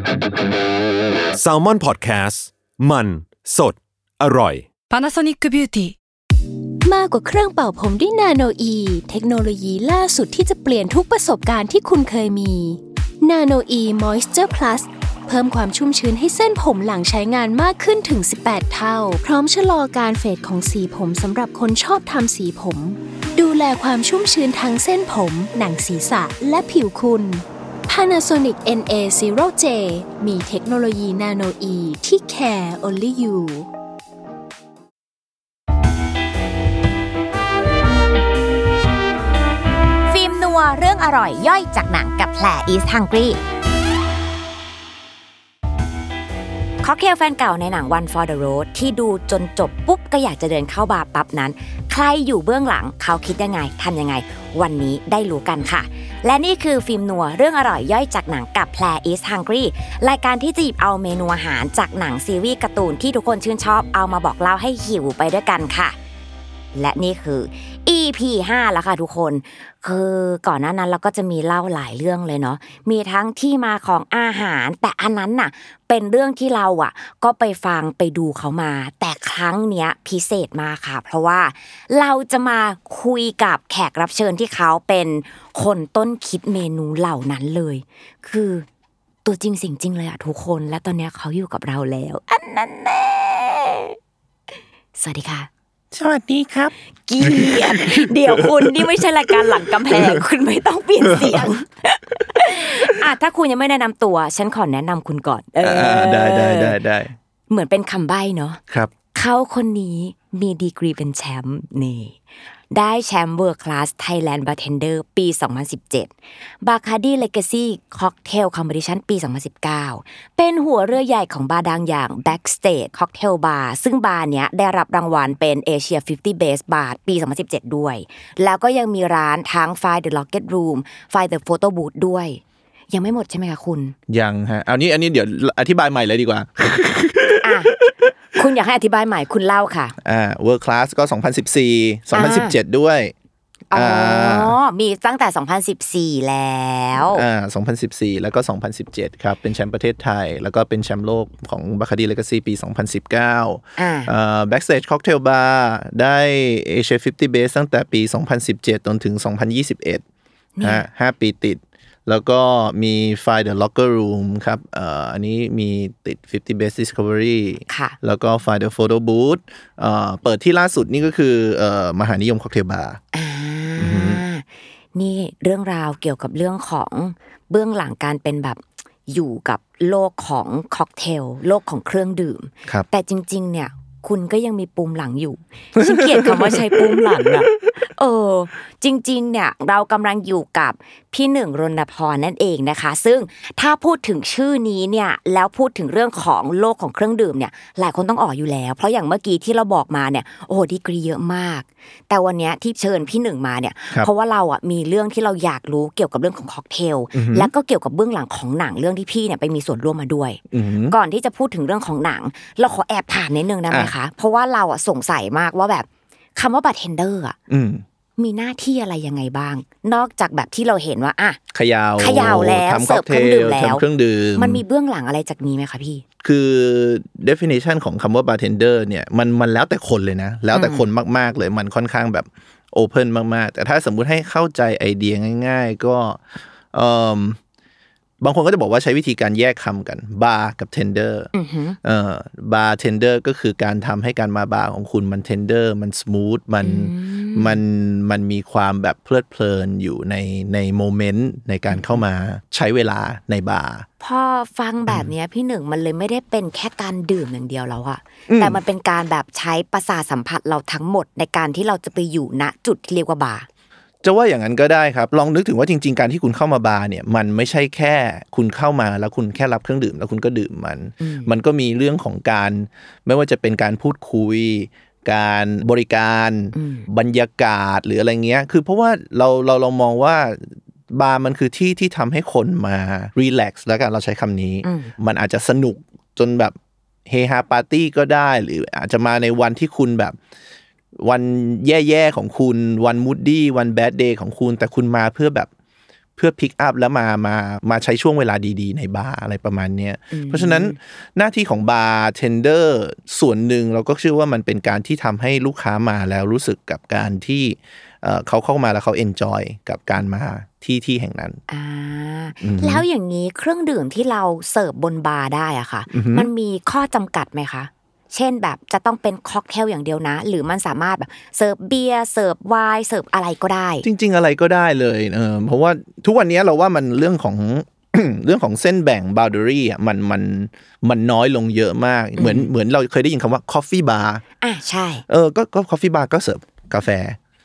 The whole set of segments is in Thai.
Salmon Podcast มันสดอร่อย Panasonic Beauty มากกว่าเครื่องเป่าผมด้วยนาโนอีเทคโนโลยีล่าสุดที่จะเปลี่ยนทุกประสบการณ์ที่คุณเคยมีนาโนอีมอยส์เจอร์พลัสเพิ่มความชุ่มชื้นให้เส้นผมหลังใช้งานมากขึ้นถึง18เท่าพร้อมชะลอการเฟดของสีผมสำหรับคนชอบทำสีผมดูแลความชุ่มชื้นทั้งเส้นผมหนังศีรษะและผิวคุณ Panasonic NA0J มีเทคโนโลยีนาโนอีที่ care only you ฟิล์มนัวเรื่องอร่อยย่อยจากหนังกับแผล East Hungry ค็อกเทลแฟนเก่าในหนัง One for the Road ที่ดูจนจบปุ๊บก็อยากจะเดินเข้าบาร์ปั๊บนั้นใครอยู่เบื้องหลังเขาคิดยังไงทำยังไงวันนี้ได้รู้กันค่ะและนี่คือฟิล์มนัวเรื่องอร่อยย่อยจากหนังกับแผล East Hungry รายการที่จะหยิบเอาเมนูอาหารจากหนังซีรีส์การ์ตูนที่ทุกคนชื่นชอบเอามาบอกเล่าให้หิวไปด้วยกันค่ะและนี่คือ EP 5 แล้วค่ะทุกคนคือก่อนหน้านั้นเราก็จะมีเล่าหลายเรื่องเลยเนาะมีทั้งที่มาของอาหารแต่อันนั้นน่ะเป็นเรื่องที่เราก็ไปฟังไปดูเขามาแต่ครั้งเนี้ยพิเศษมากค่ะเพราะว่าเราจะมาคุยกับแขกรับเชิญที่เขาเป็นคนต้นคิดเมนูเหล่านั้นเลยคือตัวจริงสิ่งจริงเลยทุกคนและตอนนี้เขาอยู่กับเราแล้วอันนั้นแน่สวัสดีค่ะสวัสดีครับเกียรติเดี๋ยวคุณนี่ไม่ใช่รายการหลังกำแพงคุณไม่ต้องเปลี่ยนเสียงถ้าคุณยังไม่แนะนำตัวฉันขอแนะนำคุณก่อนได้เหมือนเป็นคำใบ้เนาะครับเขาคนนี้มีดีกรีเป็นแชมป์นี่ได้แชมป์ World Class Thailand Bartender ปี 2017 Bacardi Legacy Cocktail Competition ปี 2019 เป็นหัวเรือใหญ่ของบาร์ดังอย่าง Backstage Cocktail Bar ซึ่งบาร์เนี้ยได้รับรางวัลเป็น Asia 50 Best Bar ปี 2017 ด้วยแล้วก็ยังมีร้านทั้ง Find the Locket Room Find the Photo Booth ด้วยยังไม่หมดใช่ไหมคะคุณยังฮะเอานี้เดี๋ยวอธิบายใหม่เลยดีกว่าคุณอยากให้อธิบายใหม่คุณเล่าค่ะ World Class ก็2014 2017ด้วยมีตั้งแต่2014แล้ว 2014แล้วก็2017ครับเป็นแชมป์ประเทศไทยแล้วก็เป็นแชมป์โลกของ Bacardi Legacy ปี2019 Backstage Cocktail Bar ได้ Asia 50 Best ตั้งแต่ปี2017จนถึง2021 5 ปีติดแล้วก็มี Find the Locker Room ครับอันนี้มีติด50 Best Discovery แล้วก็ Find the Photo Booth เปิดที่ล่าสุดนี่ก็คือมหานิยมค็อกเทลบาร์นี่เรื่องราวเกี่ยวกับเรื่องของเบื้องหลังการเป็นแบบอยู่กับโลกของค็อกเทลโลกของเครื่องดื่มแต่จริงๆเนี่ยคุณก็ยังมีปูมหลังอยู่ฉันเกลียดคำว่าใช้ปูมหลังจริงๆเนี่ยเรากำลังอยู่กับพี่หนึ่งรณพรนั่นเองนะคะซึ่งถ้าพูดถึงชื่อนี้เนี่ยแล้วพูดถึงเรื่องของโลกของเครื่องดื่มเนี่ยหลายคนต้องอยู่แล้วเพราะอย่างเมื่อกี้ที่เราบอกมาเนี่ยโอ้ดีกรีเยอะมากแต่วันนี้ที่เชิญพี่หนึ่งมาเนี่ยเพราะว่าเรามีเรื่องที่เราอยากรู้เกี่ยวกับเรื่องของค็อกเทลแล้วก็เกี่ยวกับเบื้องหลังของหนังเรื่องที่พี่เนี่ยไปมีส่วนร่วมมาด้วยก่อนที่จะพูดถึงเรื่องของหนังเราขอแอบถามนิดนึงได้ไหมคะเพราะว่าเราสงสัยมากว่าแบบคำว่าบาร์เทนเดอร์มีหน้าที่อะไรยังไงบ้างนอกจากแบบที่เราเห็นว่าเขย่าแล้วเสิร์ฟเครื่องดื่มแล้วมันมีเบื้องหลังอะไรจากนี้ไหมคะพี่คือ definition ของคำว่า bartender เนี่ยมันแล้วแต่คนเลยนะแล้วแต่คนมากๆเลยมันค่อนข้างแบบ open มากๆแต่ถ้าสมมุติให้เข้าใจไอเดียง่ายๆก็บางคนก็จะบอกว่าใช้วิธีการแยกคำกันบาร์กับเทนเดอร์บาร์เทนเดอร์ก็คือการทำให้การมาบาร์ของคุณมันเทนเดอร์มันสมูทมันมีความแบบเพลิดเพลินอยู่ในโมเมนต์ในการเข้ามาใช้เวลาในบาร์พอฟังแบบนี้พี่หนึ่งมันเลยไม่ได้เป็นแค่การดื่มอย่างเดียวแล้วอะแต่มันเป็นการแบบใช้ประสาทสัมผัสเราทั้งหมดในการที่เราจะไปอยู่ณจุดที่เรียกว่าบาร์จะว่าอย่างนั้นก็ได้ครับลองนึกถึงว่าจริงๆการที่คุณเข้ามาบาร์เนี่ยมันไม่ใช่แค่คุณเข้ามาแล้วคุณแค่รับเครื่องดื่มแล้วคุณก็ดื่มมันก็มีเรื่องของการไม่ว่าจะเป็นการพูดคุยการบริการบรรยากาศหรืออะไรเงี้ยคือเพราะว่าเรามองว่าบาร์มันคือที่ที่ทำให้คนมารีแลกซ์แล้วกันเราใช้คำนี้มันอาจจะสนุกจนแบบเฮฮาปาร์ตี้ก็ได้หรืออาจจะมาในวันที่คุณแบบวันแย่ๆของคุณวันมูดดี้วันแบดเดย์ของคุณแต่คุณมาเพื่อพื่อพิกอัพแล้วมาใช้ช่วงเวลาดีๆในบาร์อะไรประมาณเนี้ยเพราะฉะนั้นหน้าที่ของบาร์เทนเดอร์ส่วนหนึ่งเราก็เชื่อว่ามันเป็นการที่ทำให้ลูกค้ามาแล้วรู้สึกกับการที่เขาเข้ามาแล้วเขาเอนจอยกับการมาที่แห่งนั้นแล้วอย่างนี้เครื่องดื่มที่เราเสิร์ฟบนบาร์ได้อะค่ะมันมีข้อจำกัดไหมคะเช่นแบบจะต้องเป็นค็อกเทลอย่างเดียวนะหรือมันสามารถแบบเสิร์ฟเบียร์เสิร์ฟไวน์เสิร์ฟอะไรก็ได้จริงๆอะไรก็ได้เลยเพราะว่าทุกวันนี้เราว่ามันเรื่องของ เรื่องของเส้นแบ่ง boundary อ่ะมันน้อยลงเยอะมากเหมือนเราเคยได้ยินคำว่า coffee bar ใช่ก็ coffee bar ก็เสิร์ฟกาแฟ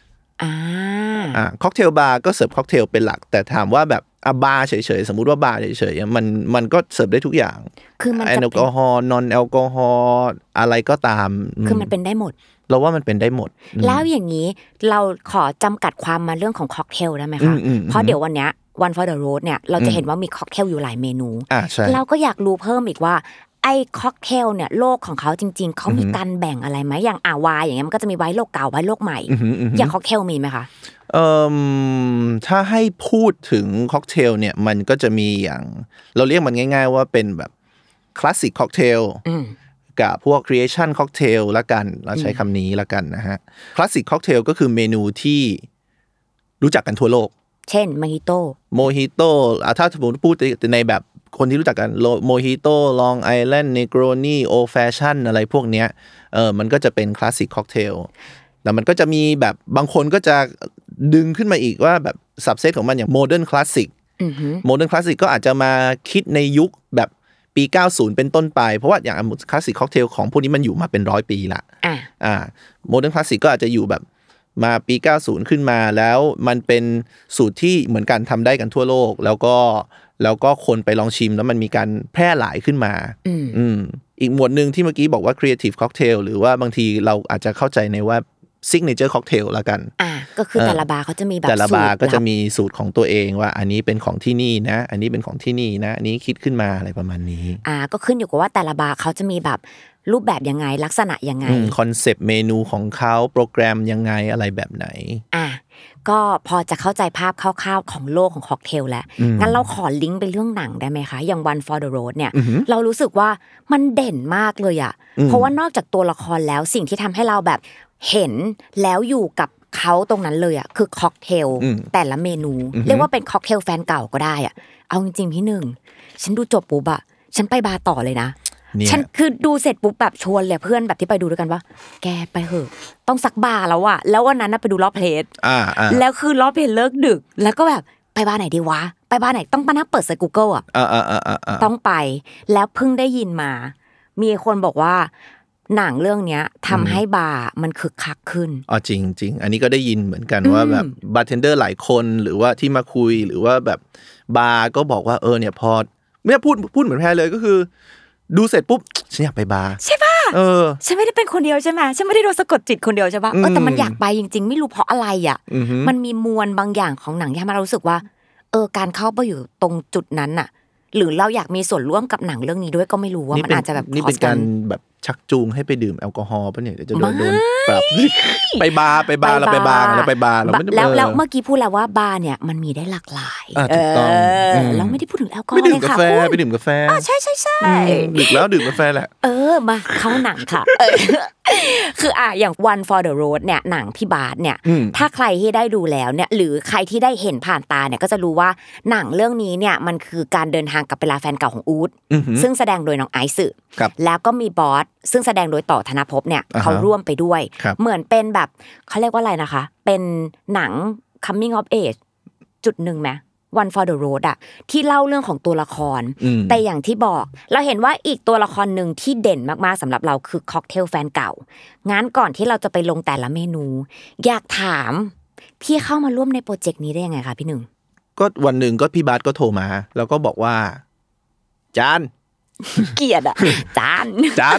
ค็อกเทลบาร์ก็เสิร์ฟค็อกเทลเป็นหลักแต่ถามว่าแบบบาร์เฉยๆสมมุติว่าบาร์เฉยๆมันก็เสิร์ฟได้ทุกอย่างคือมันแอลกอฮอล์นอนแอลกอฮอล์อะไรก็ตามคือมันเป็นได้หมดเราว่ามันเป็นได้หมดแล้วอย่างนี้เราขอจำกัดความมาเรื่องของค็อกเทลได้ไหมคะเพราะเดี๋ยววันเนี้ย One for the Road เนี่ยเราจะเห็นว่ามีค็อกเทลอยู่หลายเมนูเราก็อยากรู้เพิ่มอีกว่าไอ้ค็อกเทลเนี่ยโลกของเขาจริงๆเขามีการแบ่งอะไรไหมอย่างวายอย่างเงี้ยมันก็จะมีไวน์โลกเก่าไวน์โลกใหม่อย่างค็อกเทลมีไหมคะถ้าให้พูดถึงค็อกเทลเนี่ยมันก็จะมีอย่างเราเรียกมันง่ายๆว่าเป็นแบบคลาสสิกค็อกเทลกับพวกครีเอชั่นค็อกเทลละกันเราใช้คำนี้ละกันนะฮะคลาสสิกค็อกเทลก็คือเมนูที่รู้จักกันทั่วโลกเช่นโมฮิโต้ถ้าสมมติพูดในแบบคนที่รู้จักกันโมฮิโต้ลองไอแลนด์เนโกรนีโอแฟชั่นอะไรพวกเนี้ยมันก็จะเป็นคลาสสิกค็อกเทลแต่มันก็จะมีแบบบางคนก็จะดึงขึ้นมาอีกว่าแบบซับเซตของมันอย่างโมเดิร์นคลาสสิกโมเดิร์นคลาสสิกก็อาจจะมาคิดในยุคแบบปี90เป็นต้นไปเพราะว่าอย่างคลาสสิกค็อกเทลของพวกนี้มันอยู่มาเป็น100ปีละโมเดิร์นคลาสสิกก็อาจจะอยู่แบบมาปี90ขึ้นมาแล้วมันเป็นสูตรที่เหมือนกันทำได้กันทั่วโลกแล้วก็คนไปลองชิมแล้วมันมีการแพร่หลายขึ้นมาอีกหมวดนึงที่เมื่อกี้บอกว่า creative cocktail หรือว่าบางทีเราอาจจะเข้าใจในว่า signature cocktail ละกันก็คือแต่ละบาร์เขาจะมีแบบแต่ละบาร์ก็จะมีสูตรของตัวเองว่าอันนี้เป็นของที่นี่นะอันนี้เป็นของที่นี่นะอันนี้คิดขึ้นมาอะไรประมาณนี้ก็ขึ้นอยู่กับว่าแต่ละบาร์เขาจะมีแบบรูปแบบยังไงลักษณะยังไงคอนเซปต์เมนูของเขาโปรแกรมยังไงอะไรแบบไหนก็พอจะเข้าใจภาพคร่าวๆของโลกของค็อกเทลแล้วงั้นเราขอลิงก์ไปเรื่องหนังได้ไหมคะอย่าง One for the Road เนี่ยเรารู้สึกว่ามันเด่นมากเลยอ่ะเพราะว่านอกจากตัวละครแล้วสิ่งที่ทำให้เราแบบเห็นแล้วอยู่กับเขาตรงนั้นเลยอ่ะคือค็อกเทลแต่ละเมนูเรียกว่าเป็นค็อกเทลแฟนเก่าก็ได้อ่ะเอาจริงๆพี่หนึ่งฉันดูจบปุ๊บอ่ะฉันไปบาร์ต่อเลยนะฉันคือดูเสร็จปุ๊บแบบชวนเลยเพื่อนแบบที่ไปดูด้วยกันว่าแกไปเหอะต้องซักบาร์แล้วอ่ะแล้ววันนั้นไปดูรอบเพลทแล้วคือรอบเพลทเลิกดึกแล้วก็แบบไปบาร์ไหนดีวะไปบาร์ไหนต้องมานั่งเปิดใส่ Google อ่ะต้องไปแล้วเพิ่งได้ยินมามีคนบอกว่าหนังเรื่องเนี้ยทำให้บาร์มันคึกคักขึ้นจริงๆอันนี้ก็ได้ยินเหมือนกันว่าแบบบาร์เทนเดอร์หลายคนหรือว่าที่มาคุยหรือว่าแบบบาร์ก็บอกว่าเนี่ยพอไม่พูดเหมือนแพ้เลยก็คือดูเสร็จปุ๊บฉันอยากไปบาร์ใช่ป่ะฉันไม่ได้เป็นคนเดียวใช่ไหมฉันไม่ได้โดนสะกดจิตคนเดียวใช่ป่ะแต่มันอยากไปจริงๆไม่รู้เพราะอะไรอ่ะมันมีมวลบางอย่างของหนังที่ทำให้เรารู้สึกว่าการเข้าไปอยู่ตรงจุดนั้นน่ะหรือเราอยากมีส่วนร่วมกับหนังเรื่องนี้ด้วยก็ไม่รู้ว่ามันอาจจะแบบนี่เป็นการแบบชักจูงให้ไปดื่มแอลกอฮอล์ป่ะเนี่ยเดี๋ยวจะโดนปรับไปบาร์เราไปบาร์เราแล้วเมื่อกี้พูดแล้วว่าบาร์เนี่ยมันมีได้หลากหลายถูกต้องเราไม่ได้พูดถึงแอลกอฮอล์เลยค่ะไปดื่มกาแฟใช่ดึกแล้วดื่มกาแฟแหละมาเข้าหนังค่ะคืออย่าง One for the Road เนี่ยหนังพี่บาสเนี่ยถ้าใครที่ได้ดูแล้วเนี่ยหรือใครที่ได้เห็นผ่านตาเนี่ยก็จะรู้ว่าหนังเรื่องนี้เนี่ยมันคือการเดินทางกลับไปลาแฟนเก่าของอู๊ดซึ่งแสดงโดยน้องไอซ์แล้วก็มีบอสซึ่งแสดงโดยต่อธนภพเนี่ยเขาร่วมไปด้วยเหมือนเป็นแบบเขาเรียกว่าอะไรนะคะเป็นหนัง coming of age จุดนึงไหมOne for the Road อ่ะที่เล่าเรื่องของตัวละครแต่อย่างที่บอกเราเห็นว่าอีกตัวละครนึงที่เด่นมากๆสำหรับเราคือค็อกเทลแฟนเก่างั้นก่อนที่เราจะไปลงแต่ละเมนูอยากถามพี่เข้ามาร่วมในโปรเจกต์นี้ได้ยังไงคะพี่หนึ่งก็วันนึงก็พี่บาสก็โทรมาแล้วก็บอกว่าจานเกลียดอ่ะจาน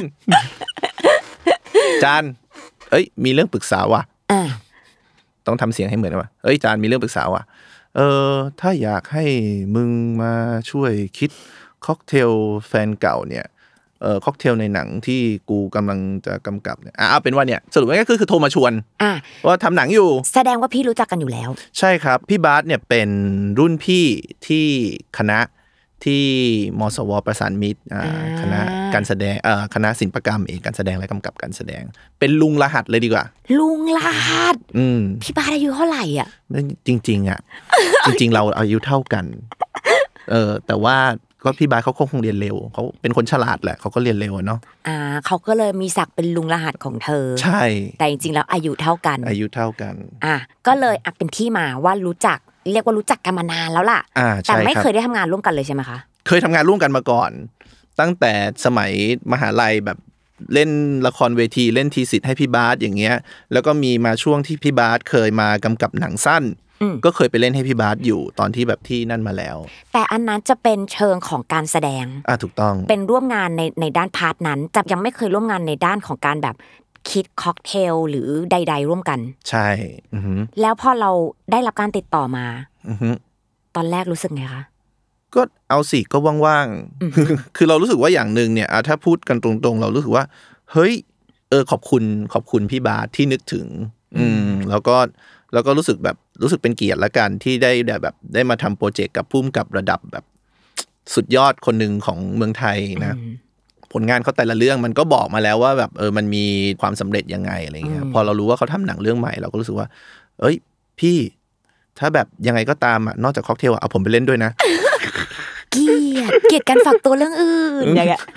มีเรื่องปรึกษาว่ะต้องทำเสียงให้เหมือนว่าจานมีเรื่องปรึกษาว่ะถ้าอยากให้มึงมาช่วยคิดค็อกเทลแฟนเก่าเนี่ยค็อกเทลในหนังที่กูกำลังจะกำกับเนี่ยเอาเป็นว่าเนี่ยสรุปง่ายๆคือโทรมาชวนว่าทำหนังอยู่แสดงว่าพี่รู้จักกันอยู่แล้วใช่ครับพี่บาสเนี่ยเป็นรุ่นพี่ที่คณะที่มสวประสานมิตรคณะการแสดงคณะศิลปกรรมเอกการแสดงและกำกับการแสดงเป็นลุงรหัสเลยดีกว่าลุงรหัสพี่บาสอายุเท่าไหร่อ่ะจริงๆอ่ะ จริงๆเราอายุเท่ากันแต่ว่าก็พี่บาสเขาคงเรียนเร็วเขาเป็นคนฉลาดแหละเขาก็เรียนเร็วเนาะเขาก็เลยมีศักดิ์เป็นลุงรหัสของเธอใช่แต่จริงๆแล้วอายุเท่ากันก็เลยเป็นที่มาว่ารู้จักเรียกว่ารู้จักกันมานานแล้วล่ะแต่ไม่เคยได้ทำงานร่วมกันเลยใช่ไหมคะเคยทำงานร่วมกันมาก่อนตั้งแต่สมัยมหาลัยแบบเล่นละครเวทีเล่นทีสิทธิ์ให้พี่บาสอย่างเงี้ยแล้วก็มีมาช่วงที่พี่บาสเคยมากำกับหนังสั้นก็เคยไปเล่นให้พี่บาสอยู่ตอนที่แบบที่นั่นมาแล้วแต่อันนั้นจะเป็นเชิงของการแสดงถูกต้องเป็นร่วมงานในด้านพาร์ทนั้นจะยังไม่เคยร่วมงานในด้านของการแบบคิดค็อกเทลหรือใดๆร่วมกันใช่แล้วพอเราได้รับการติดต่อมาตอนแรกรู้สึกไงคะก็เอาสิก็ว่างๆคือเรารู้สึกว่าอย่างนึงเนี่ยถ้าพูดกันตรงๆเรารู้สึกว่าเฮ้ยขอบคุณพี่บาสที่นึกถึงแล้วก็รู้สึกเป็นเกียรติละกันที่ได้มาทำโปรเจกต์กับผู้กำกับระดับแบบสุดยอดคนหนึ่งของเมืองไทยนะผลงานเขาแต่ละเรื่องมันก็บอกมาแล้วว่าแบบมันมีความสำเร็จยังไงอะไรเงี้ยพอเรารู้ว่าเขาทำหนังเรื่องใหม่เราก็รู้สึกว่าเอ้ยพี่ถ้าแบบยังไงก็ตามนอกจากค็อกเทลเอาผมไปเล่นด้วยนะเกลียดการฝากตัวเรื่องอื่นอย่างเงี้ย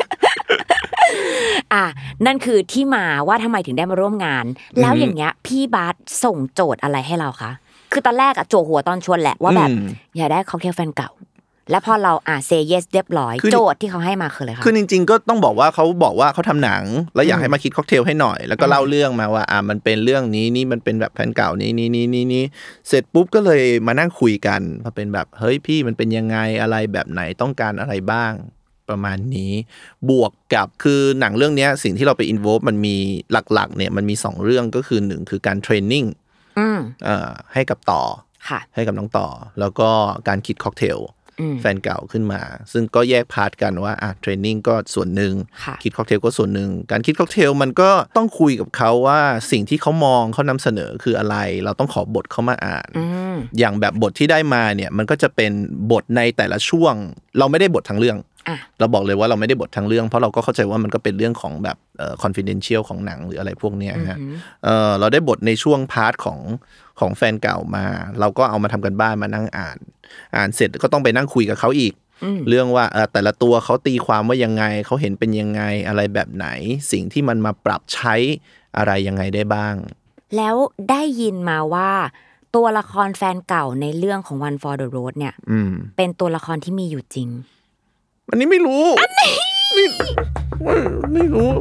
นั่นคือที่มาว่าทำไมถึงได้มาร่วมงานแล้วอย่างเงี้ยพี่บาสส่งโจทย์อะไรให้เราคะคือตอนแรกโจหัวตอนชวนแหละว่าแบบอยากได้ค็อกเทลแฟนเก่าแล้วพอเราsay yes เรียบร้อยโจทย์ที่เขาให้มาคืออะไรคะคือจริงๆก็ต้องบอกว่าเขาทำหนังแล้วอยากให้มาคิดค็อกเทลให้หน่อยแล้วก็เล่าเรื่องมาว่ามันเป็นเรื่องนี้นี่มันเป็นแบบแฟนเก่านี่เสร็จปุ๊บก็เลยมานั่งคุยกันมาเป็นแบบเฮ้ยพี่มันเป็นยังไงอะไรแบบไหนต้องการอะไรบ้างประมาณนี้บวกกับคือหนังเรื่องนี้สิ่งที่เราไปอินโวลฟมันมีหลักๆเนี่ยมันมี2เรื่องก็คือ1คือการเทรนนิ่งให้กับต่อให้กับน้องต่อแล้วก็การคิดค็อกเทลแฟนเก่าขึ้นมาซึ่งก็แยกพาร์ทกันว่าเทรนนิ่งก็ส่วนหนึ่งคิดค็อกเทลก็ส่วนหนึ่งการคิดค็อกเทลมันก็ต้องคุยกับเขาว่าสิ่งที่เขามองเขานำเสนอคืออะไรเราต้องขอบทเขามาอ่านอย่างแบบบทที่ได้มาเนี่ยมันก็จะเป็นบทในแต่ละช่วงเราไม่ได้บททั้งเรื่องเราบอกเลยว่าเราไม่ได้บททั้งเรื่องเพราะเราก็เข้าใจว่ามันก็เป็นเรื่องของแบบconfidential ของหนังหรืออะไรพวกเนี้ยฮะเราได้บทในช่วงพาร์ทของแฟนเก่ามาเราก็เอามาทำกันบ้านมานั่งอ่านเสร็จก็ต้องไปนั่งคุยกับเขาอีกเรื่องว่าแต่ละตัวเขาตีความว่ายังไงเขาเห็นเป็นยังไงอะไรแบบไหนสิ่งที่มันมาปรับใช้อะไรยังไงได้บ้างแล้วได้ยินมาว่าตัวละครแฟนเก่าในเรื่องของ One for the Road เนี่ยเป็นตัวละครที่มีอยู่จริงอันนี้ไม่รู้ไม่รู้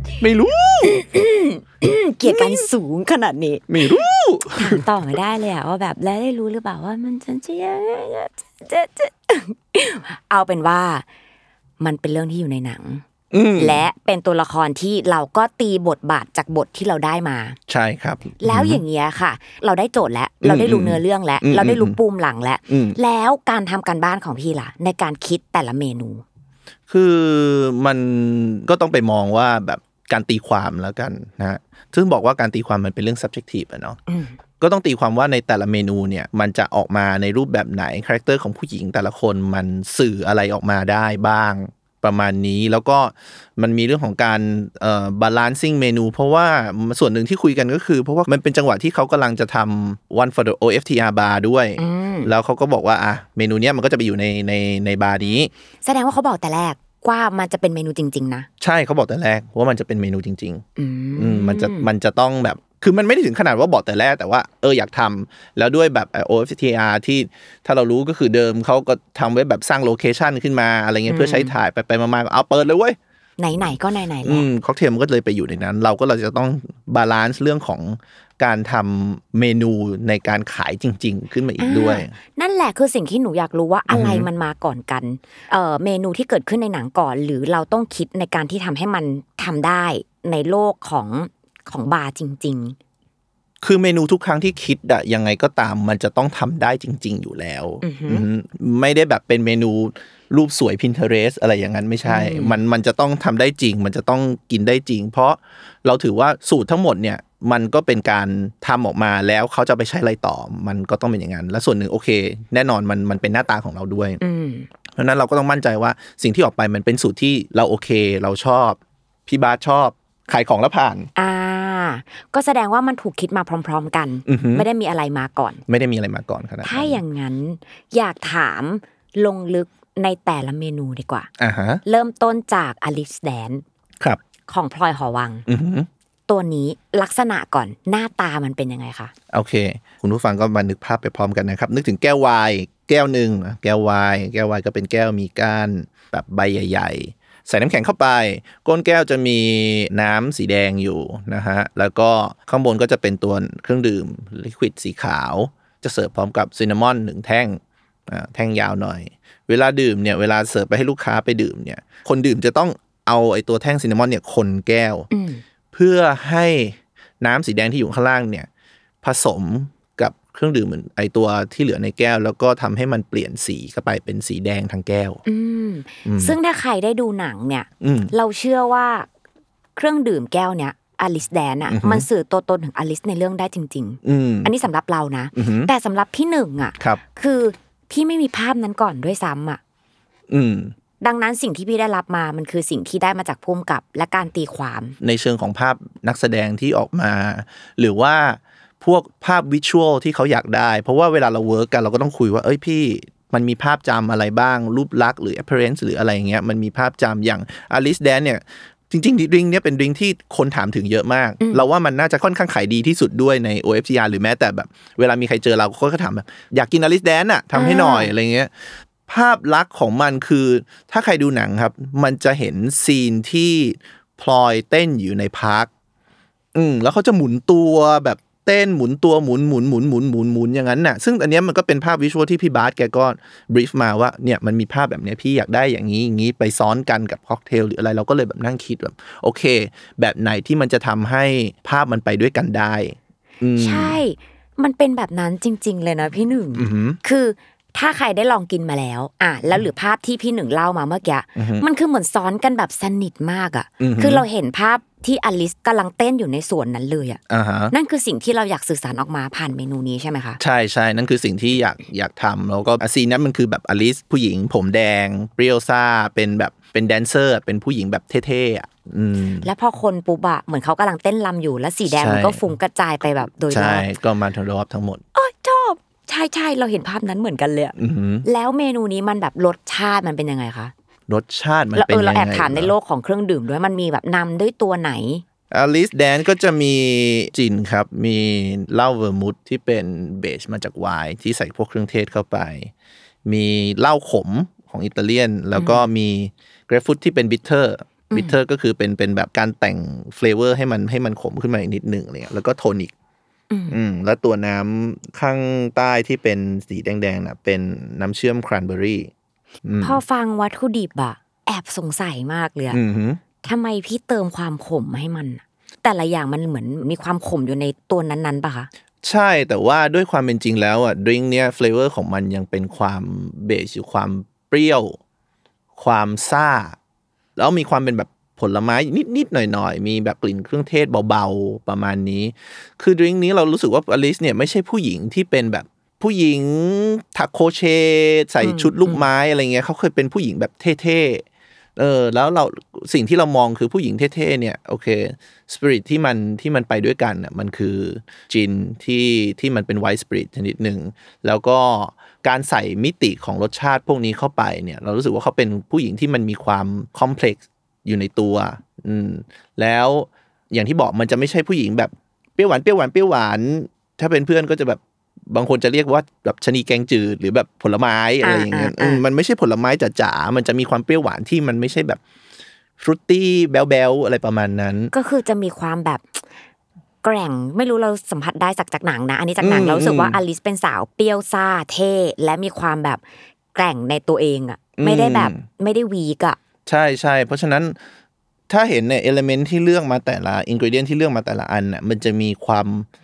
เกลียดกันสูงขนาดนี้ไม่รู้ถามต่อไม่ได้เลยว่าแบบแล้วได้รู้หรือเปล่าว่ามันจะเอาเป็นว่ามันเป็นเรื่องที่อยู่ในหนังและเป็นตัวละครที่เราก็ตีบทบาทจากบทที่เราได้มาใช่ครับแล้วอย่างเงี้ยค่ะเราได้โจทย์แล้วเราได้รู้เนื้อเรื่องแล้วเราได้รู้ปูมหลังแล้วการทำการบ้านของพี่ล่ะในการคิดแต่ละเมนูคือมันก็ต้องไปมองว่าแบบการตีความแล้วกันนะซึ่งบอกว่าการตีความมันเป็นเรื่อง subjective เนาะก็ต้องตีความว่าในแต่ละเมนูเนี่ยมันจะออกมาในรูปแบบไหนคาแรคเตอร์ของผู้หญิงแต่ละคนมันสื่ออะไรออกมาได้บ้างประมาณนี้แล้วก็มันมีเรื่องของการbalancing เมนูเพราะว่าส่วนหนึ่งที่คุยกันก็คือเพราะว่ามันเป็นจังหวะที่เขากำลังจะทำ One for the OFTR bar ด้วยแล้วเขาก็บอกว่าเมนูเนี้ยมันก็จะไปอยู่ในบาร์นี้แสดงว่าเขาบอกแต่แรกว่ามันจะเป็นเมนูจริงๆนะใช่เขาบอกแต่แรกว่ามันจะเป็นเมนูจริงๆมันจะต้องแบบคือมันไม่ได้ถึงขนาดว่าบอกแต่แรกแต่ว่าอยากทำแล้วด้วยแบบ OFTR ที่ถ้าเรารู้ก็คือเดิมเขาก็ทำไว้แบบสร้างโลเคชันขึ้นมาอะไรเงี้ยเพื่อใช้ถ่ายไปมาๆเอาเปิดเลยเว้ยไหนๆก็ไหนๆแล้วค็อกเทลมันก็เลยไปอยู่ในนั้นเราจะต้องบาลานซ์เรื่องของการทำเมนูในการขายจริงๆขึ้นมาอีกด้วยนั่นแหละคือสิ่งที่หนูอยากรู้ว่าอะไรมันมาก่อนกันเมนูที่เกิดขึ้นในหนังก่อนหรือเราต้องคิดในการที่ทำให้มันทำได้ในโลกของบาร์จริงๆคือเมนูทุกครั้งที่คิดยังไงก็ตามมันจะต้องทำได้จริงๆอยู่แล้วไม่ได้แบบเป็นเมนูรูปสวย Pinterest อะไรอย่างนั้นไม่ใช่มันจะต้องทำได้จริงมันจะต้องกินได้จริงเพราะเราถือว่าสูตรทั้งหมดเนี่ยมันก็เป็นการทำออกมาแล้วเขาจะไปใช้อะไรต่อมันก็ต้องเป็นอย่างนั้นและส่วนหนึ่งโอเคแน่นอนมันเป็นหน้าตาของเราด้วยเพราะนั้นเราก็ต้องมั่นใจว่าสิ่งที่ออกไปมันเป็นสูตรที่เราโอเคเราชอบพี่บาสชอบขายของแล้วผ่านก็แสดงว่ามันถูกคิดมาพร้อมๆกันไม่ได้มีอะไรมาก่อนไม่ได้มีอะไรมาก่อนขนาดนั้นถ้าอย่างนั้นอยากถามลงลึกในแต่ละเมนูดีกว่าเริ่มต้นจากอลิสแดนครับของพลอยหอวังตัวนี้ลักษณะก่อนหน้าตามันเป็นยังไงคะโอเคคุณผู้ฟังก็มานึกภาพไปพร้อมกันนะครับนึกถึงแก้วไวน์แก้วนึงแก้วไวน์ก็เป็นแก้วมีก้านแบบใบใหญ่ๆใส่น้ำแข็งเข้าไปก้นแก้วจะมีน้ำสีแดงอยู่นะฮะแล้วก็ข้างบนก็จะเป็นตัวเครื่องดื่มลิควิดสีขาวจะเสิร์ฟพร้อมกับซินนามอน1แท่งแท่งยาวหน่อยเวลาดื่มเนี่ยเวลาเสิร์ฟไปให้ลูกค้าไปดื่มเนี่ยคนดื่มจะต้องเอาไอ้ตัวแท่งซินนามอนเนี่ยคนแก้วเพื่อให้น้ำสีแดงที่อยู่ข้างล่างเนี่ยผสมกับเครื่องดื่มไอตัวที่เหลือในแก้วแล้วก็ทำให้มันเปลี่ยนสีเข้าไปเป็นสีแดงทั้งแก้วซึ่งถ้าใครได้ดูหนังเนี่ยเราเชื่อว่าเครื่องดื่มแก้วเนี้ยอลิสแดนอะมันสื่อตัวตนของอลิสในเรื่องได้จริงๆอันนี้สำหรับเรานะแต่สำหรับพี่หนึ่งอะคือพี่ไม่มีภาพนั้นก่อนด้วยซ้ำอะดังนั้นสิ่งที่พี่ได้รับมามันคือสิ่งที่ได้มาจากผู้กำกับและการตีความในเชิงของภาพนักแสดงที่ออกมาหรือว่าพวกภาพวิชวลที่เขาอยากได้เพราะว่าเวลาเราเวิร์กกันเราก็ต้องคุยว่าเอ้ยพี่มันมีภาพจำอะไรบ้างรูปลักษณ์หรือ appearance หรืออะไรอย่างเงี้ยมันมีภาพจำอย่าง Alice Dance เนี่ยจริงๆดริงก์เนี่ยเป็นดริงก์ที่คนถามถึงเยอะมากเราว่ามันน่าจะค่อนข้างขายดีที่สุดด้วยใน OFCR หรือแม้แต่แบบเวลามีใครเจอเราก็ถามแบบอยากกิน Alice Dance อ่ะทำให้หน่อยอะไรเงี้ยภาพลักษณ์ของมันคือถ้าใครดูหนังครับมันจะเห็นซีนที่พลอยเต้นอยู่ในพาร์คแล้วเขาจะหมุนตัวแบบเต้นหมุนตัวหมุนอย่างนั้นน่ะซึ่งอันเนี้ยมันก็เป็นภาพวิชวลที่พี่บาสแกก็บรีฟมาว่าเนี่ยมันมีภาพแบบเนี้ยพี่อยากได้อย่างนี้ไปซ้อนกันกับค็อกเทลหรืออะไรเราก็เลยแบบนั่งคิดแบบโอเคแบบไหนที่มันจะทำให้ภาพมันไปด้วยกันได้ใช่มันเป็นแบบนั้นจริงๆเลยนะพี่หนึ่งคือถ้าใครได้ลองกินมาแล้วแล้วหรือภาพที่พี่หนึ่งเล่ามาเมื่อกี้มันคือเหมือนซ้อนกันแบบสนิทมากอ่ะคือเราเห็นภาพที่อลิสกำลังเต้นอยู่ในส่วนนั้นเลยอ่ะนั่นคือสิ่งที่เราอยากสื่อสารออกมาผ่านเมนูนี้ใช่ไหมคะใช่นั่นคือสิ่งที่อยากทำแล้วก็ซีนนั้นมันคือแบบอลิสผู้หญิงผมแดงเปรี้ยวซ่าเป็นแบบเป็นแดนเซอร์เป็นผู้หญิงแบบเท่ๆอ่ะแล้วพอคนปุ๊บอ่ะเหมือนเขากำลังเต้นรำอยู่แล้วสีแดงมันก็ฟุ้งกระจายไปแบบโดยรอบใช่ก็มาทั้งหมดชอบใช่เราเห็นภาพนั้นเหมือนกันเลยแล้วเมนูนี้มันแบบรสชาติมันเป็นยังไงคะรสชาติมันเป็นยังไงเราแอบถามในโลกของเครื่องดื่มด้วยมันมีแบบนำด้วยตัวไหน Alice Dance ก็จะมีจินครับมีเหล้าเวอร์มุทที่เป็นเบสมาจากไวน์ที่ใส่พวกเครื่องเทศเข้าไปมีเหล้าขมของอิตาเลียนแล้วก็มีเกรปฟรุตที่เป็นบิทเทอร์ก็คือเป็นแบบการแต่งเฟลเวอร์ให้มันขมขึ้นมาอีกนิดนึงอะไรเงี้ยแล้วก็โทนิกแล้วตัวน้ำข้างใต้ที่เป็นสีแดงๆน่ะเป็นน้ำเชื่อมแครนเบอร์รี่พอฟังวัตถุดิบอะแอบสงสัยมากเลยทำไมพี่เติมความขมให้มันแต่ละอย่างมันเหมือนมีความขมอยู่ในตัวนั้นๆป่ะคะใช่แต่ว่าด้วยความเป็นจริงแล้วอ่ะดริงก์เนี้ยเฟลเวอร์ของมันยังเป็นความเบสอยู่ความเปรี้ยวความซ่าแล้วมีความเป็นแบบผลไม้นิดๆหน่อยๆมีแบบกลิ่นเครื่องเทศเบาๆประมาณนี้คือดริงก์นี้เรารู้สึกว่าอลิสเนี่ยไม่ใช่ผู้หญิงที่เป็นแบบผู้หญิงถักโคเชต์ใส่ชุดลูกไม้อะไรเงี้ยเขาเคยเป็นผู้หญิงแบบเท่ๆแล้วเราสิ่งที่เรามองคือผู้หญิงเท่ๆเนี่ยโอเคสปิริตที่มันไปด้วยกันน่ะมันคือจินที่มันเป็นไวท์สปิริตชนิดนึงแล้วก็การใส่มิติของรสชาติพวกนี้เข้าไปเนี่ยเรารู้สึกว่าเขาเป็นผู้หญิงที่มันมีความคอมเพล็กซ์อยู่ในตัวแล้วอย่างที่บอกมันจะไม่ใช่ผู้หญิงแบบเปรี้ยวหวานถ้าเป็นเพื่อนก็จะแบบบางคนจะเรียกว่าแบบชะนีแกงจืดหรือแบบผลไม้อะไรอย่างเงี้ยมันไม่ใช่ผลไม้จ๋าๆมันจะมีความเปรี้ยวหวานที่มันไม่ใช่แบบฟรุตตี้แบ๊วๆอะไรประมาณนั้นก็คือจะมีความแบบแกร่งไม่รู้เราสัมผัสได้จากหนังนะอันนี้จากหนังเรารู้สึกว่าอลิสเป็นสาวเปรี้ยวซ่าเท่และมีความแบบแกร่งในตัวเองอ่ะไม่ได้แบบไม่ได้วีกอ่ะใช่เพราะฉะนั้นถ้าเห็นในเอลิเมนต์ที่เลือกมาแต่ละอินกรีเดียนที่เลือกมาแต่ละอันน่ะมันจะมีความ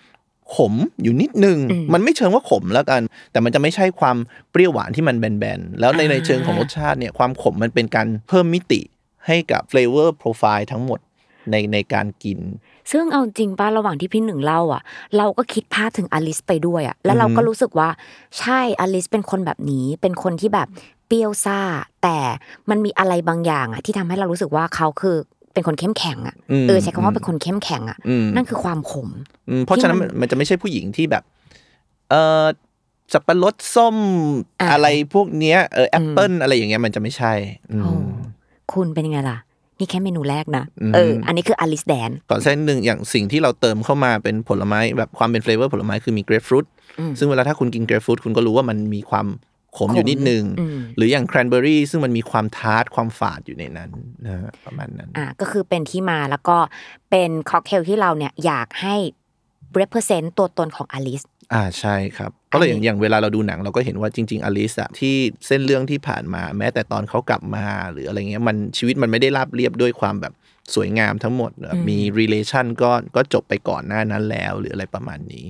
ขมอยู่นิดนึงมันไม่เชิงว่าขมแล้วกันแต่มันจะไม่ใช่ความเปรี้ยวหวานที่มันแบนๆแล้วในเชิงของรสชาติเนี่ยความขมมันเป็นการเพิ่มมิติให้กับ flavor profile ทั้งหมดในการกินซึ่งเอาจริงป่ะระหว่างที่พี่หนึ่งเล่าอ่ะเราก็คิดภาพถึงอลิซไปด้วยอ่ะแล้วเราก็รู้สึกว่าใช่อลิซเป็นคนแบบนี้เป็นคนที่แบบเปรี้ยวซ่าแต่มันมีอะไรบางอย่างอ่ะที่ทำให้เรารู้สึกว่าเขาคือเป็นคนเข้มแข็งอ่ะใช้คำว่าเป็นคนเข้มแข็งอ่ะนั่นคือความขมเพราะฉะนั้นมันจะไม่ใช่ผู้หญิงที่แบบสับปะรดส้มอะไรพวกเนี้ยแอปเปิ้ลอะไรอย่างเงี้ยมันจะไม่ใช่คุณเป็นยังไงล่ะนี่แค่เมนูแรกนะอันนี้คืออลิสแดนก่อนเส้นหนึ่งอย่างสิ่งที่เราเติมเข้ามาเป็นผลไม้แบบความเป็นเฟลเวอร์ผลไม้คือมีเกรปฟรุตซึ่งเวลาถ้าคุณกินเกรปฟรุตคุณก็รู้ว่ามันมีความขมอยู่นิดนึงหรืออย่างแครนเบอร์รี่ซึ่งมันมีความทาร์ตความฝาดอยู่ในนั้นนะประมาณนั้นก็คือเป็นที่มาแล้วก็เป็นค็อกเทลที่เราเนี่ยอยากให้ represent ตัวตนของอลิสใช่ครับเพราะอย่างเวลาเราดูหนังเราก็เห็นว่าจริงๆอลิซอะที่เส้นเรื่องที่ผ่านมาแม้แต่ตอนเขากลับมาหรืออะไรเงี้ยมันชีวิตมันไม่ได้ราบเรียบด้วยความแบบสวยงามทั้งหมดมี relation ก็จบไปก่อนหน้านั้นแล้วหรืออะไรประมาณนี้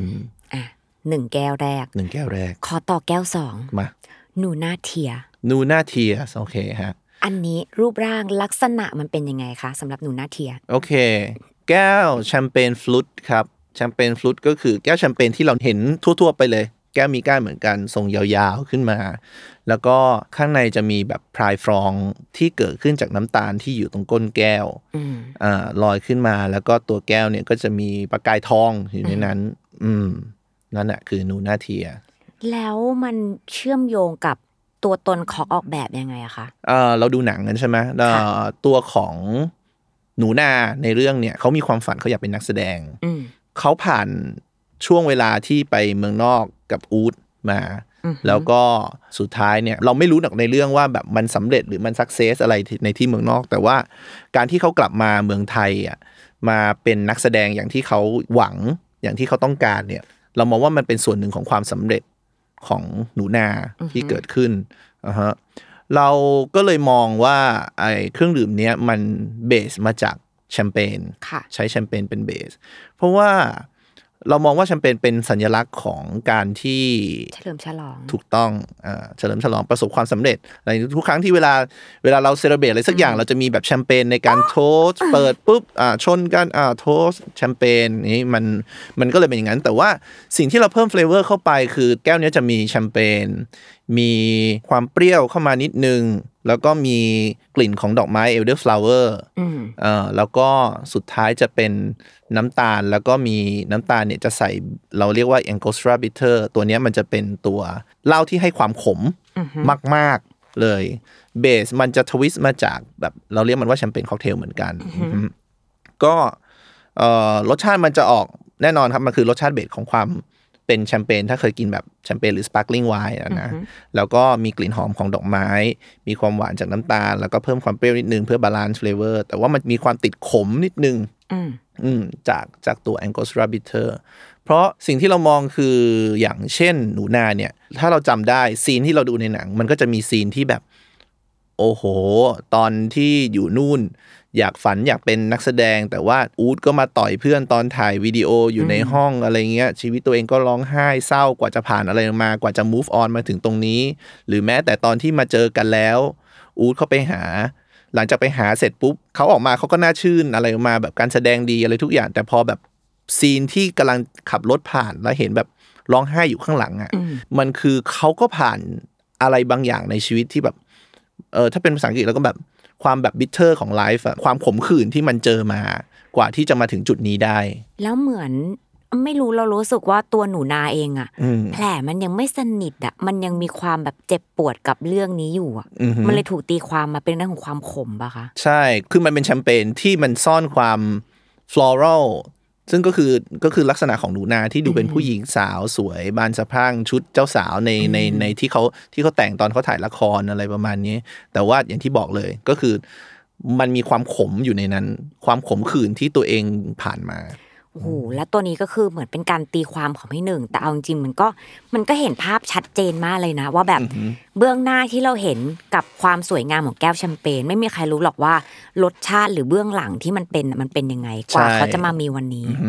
1 แก้วแรกขอต่อแก้ว2 มานูน่าเทียโอเคฮะอันนี้รูปร่างลักษณะมันเป็นยังไงคะสำหรับนูน่าเทียโอเคแก้วแชมเปญฟลุตครับแชมเปญฟลุตก็คือแก้วแชมเปญที่เราเห็นทั่วๆไปเลยแก้วมีก้านเหมือนกันทรงยาวๆขึ้นมาแล้วก็ข้างในจะมีแบบพรายฟรองที่เกิดขึ้นจากน้ำตาลที่อยู่ตรงก้นแก้วลอยขึ้นมาแล้วก็ตัวแก้วเนี่ยก็จะมีประกายทองอยู่ในนั้นนั่นแหละคือนูน่าเทียแล้วมันเชื่อมโยงกับตัวตนของออกแบบยังไงอะคะเราดูหนังกันใช่ไหมตัวของหนูนาในเรื่องเนี่ยเขามีความฝันเขาอยากเป็นนักแสดงเขาผ่านช่วงเวลาที่ไปเมืองนอกกับอู๊ดมาแล้วก็สุดท้ายเนี่ยเราไม่รู้หนักในเรื่องว่าแบบมันสำเร็จหรือมันสักเซสอะไรในที่เมืองนอกแต่ว่าการที่เขากลับมาเมืองไทยอ่ะมาเป็นนักแสดงอย่างที่เขาหวังอย่างที่เขาต้องการเนี่ยเรามองว่ามันเป็นส่วนหนึ่งของความสำเร็จของหนูนาที่เกิดขึ้นเราก็เลยมองว่าไอ้เครื่องดื่มเนี้ยมันเบสมาจากแชมเปญใช้แชมเปญเป็นเบสเพราะว่าเรามองว่าแชมเปญเป็นสัญลักษณ์ของการที่เฉลิมฉลองถูกต้องเฉลิมฉลองประสบความสำเร็จอะไรทุกครั้งที่เวลาเราเซเลบเรตอะไรสักอย่างเราจะมีแบบแชมเปญในการโทสเปิดปุ๊บชนกันโทสแชมเปญนี่มันก็เลยเป็นอย่างนั้นแต่ว่าสิ่งที่เราเพิ่มเฟลเวอร์เข้าไปคือแก้วนี้จะมีแชมเปญมีความเปรี้ยวเข้ามานิดนึงแล้วก็มีกลิ่นของดอกไม้เอลเดอร์ฟลาวเวอร์แล้วก็สุดท้ายจะเป็นน้ำตาลแล้วก็มีน้ำตาลเนี่ยจะใส่เราเรียกว่า Angostura Bitter ตัวนี้มันจะเป็นตัวเหล้าที่ให้ความขมมากๆเลยเบสมันจะทวิสต์มาจากแบบเราเรียกมันว่าแชมเปญค็อกเทลเหมือนกันก็รสชาติมันจะออกแน่นอนครับมันคือรสชาติเบสของความเป็นแชมเปญถ้าเคยกินแบบแชมเปญหรือสปาร์คลิ่งไวน์นะแล้วก็มีกลิ่นหอมของดอกไม้มีความหวานจากน้ำตาลแล้วก็เพิ่มความเปรี้ยวนิดนึงเพื่อบาลานซ์เฟลเวอร์แต่ว่ามันมีความติดขมนิดนึงจากตัว Angostura Bitter เพราะสิ่งที่เรามองคืออย่างเช่นหนูนาเนี่ยถ้าเราจำได้ซีนที่เราดูในหนังมันก็จะมีซีนที่แบบโอ้โหตอนที่อยู่นู่นอยากฝันอยากเป็นนักแสดงแต่ว่าอู๊ดก็มาต่อยเพื่อนตอนถ่ายวิดีโออยู่ในห้องอะไรเงี้ยชีวิตตัวเองก็ร้องไห้เศร้ากว่าจะผ่านอะไรมากว่าจะ move on มาถึงตรงนี้หรือแม้แต่ตอนที่มาเจอกันแล้วอู๊ดเขาไปหาหลังจากไปหาเสร็จปุ๊บเขาออกมาเขาก็น่าชื่นอะไรมาแบบการแสดงดีอะไรทุกอย่างแต่พอแบบซีนที่กำลังขับรถผ่านแล้วเห็นแบบร้องไห้อยู่ข้างหลังอ่ะมันคือเขาก็ผ่านอะไรบางอย่างในชีวิตที่แบบถ้าเป็นภาษาอังกฤษแล้วก็แบบความแบบบิทเทอร์ของไลฟ์อะความขมขื่นที่มันเจอมากว่าที่จะมาถึงจุดนี้ได้แล้วเหมือนไม่รู้เรารู้สึกว่าตัวหนูนาเองอะแผลมันยังไม่สนิทอะมันยังมีความแบบเจ็บปวดกับเรื่องนี้อยู่อะมันเลยถูกตีความมาเป็นเรื่องของความขมป่ะคะใช่คือมันเป็นแชมเปญที่มันซ่อนความฟลอรัลซึ่งก็คือลักษณะของหนูนาที่ดูเป็นผู้หญิงสาวสวยบานสะพรั่งชุดเจ้าสาวในที่เขาแต่งตอนเขาถ่ายละครอะไรประมาณนี้แต่ว่าอย่างที่บอกเลยก็คือมันมีความขมอยู่ในนั้นความขมขื่นที่ตัวเองผ่านมาโอ้โหแล้วตัวนี้ก็คือเหมือนเป็นการตีความของพี่หนึ่งแต่เอาจริงๆมันก็เห็นภาพชัดเจนมากเลยนะว่าแบบเบื้องหน้าที่เราเห็นกับความสวยงามของแก้วแชมเปญไม่มีใครรู้หรอกว่ารสชาติหรือเบื้องหลังที่มันเป็นยังไงกว่าเขาจะมามีวันนี้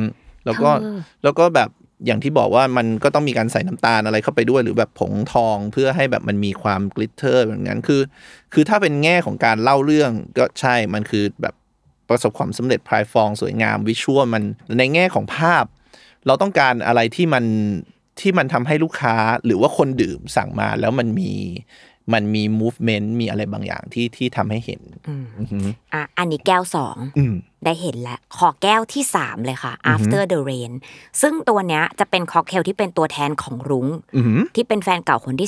แล้วก็แบบอย่างที่บอกว่ามันก็ต้องมีการใส่น้ำตาลอะไรเข้าไปด้วยหรือแบบผงทองเพื่อให้แบบมันมีความกลิตเตอร์แบบนั้นคือถ้าเป็นแง่ของการเล่าเรื่องก็ใช่มันคือแบบประสบความสำเร็จพลายฟองสวยงามวิชวลมันในแง่ของภาพเราต้องการอะไรที่มันทำให้ลูกค้าหรือว่าคนดื่มสั่งมาแล้วมันมี movement มีอะไรบางอย่างที่ทำให้เห็นอันนี้แก้ว2ได้เห็นแล้วขอแก้วที่3เลยค่ะ After the Rain ซึ่งตัวเนี้ยจะเป็นค็อกเทลที่เป็นตัวแทนของรุ้งที่เป็นแฟนเก่าคนที่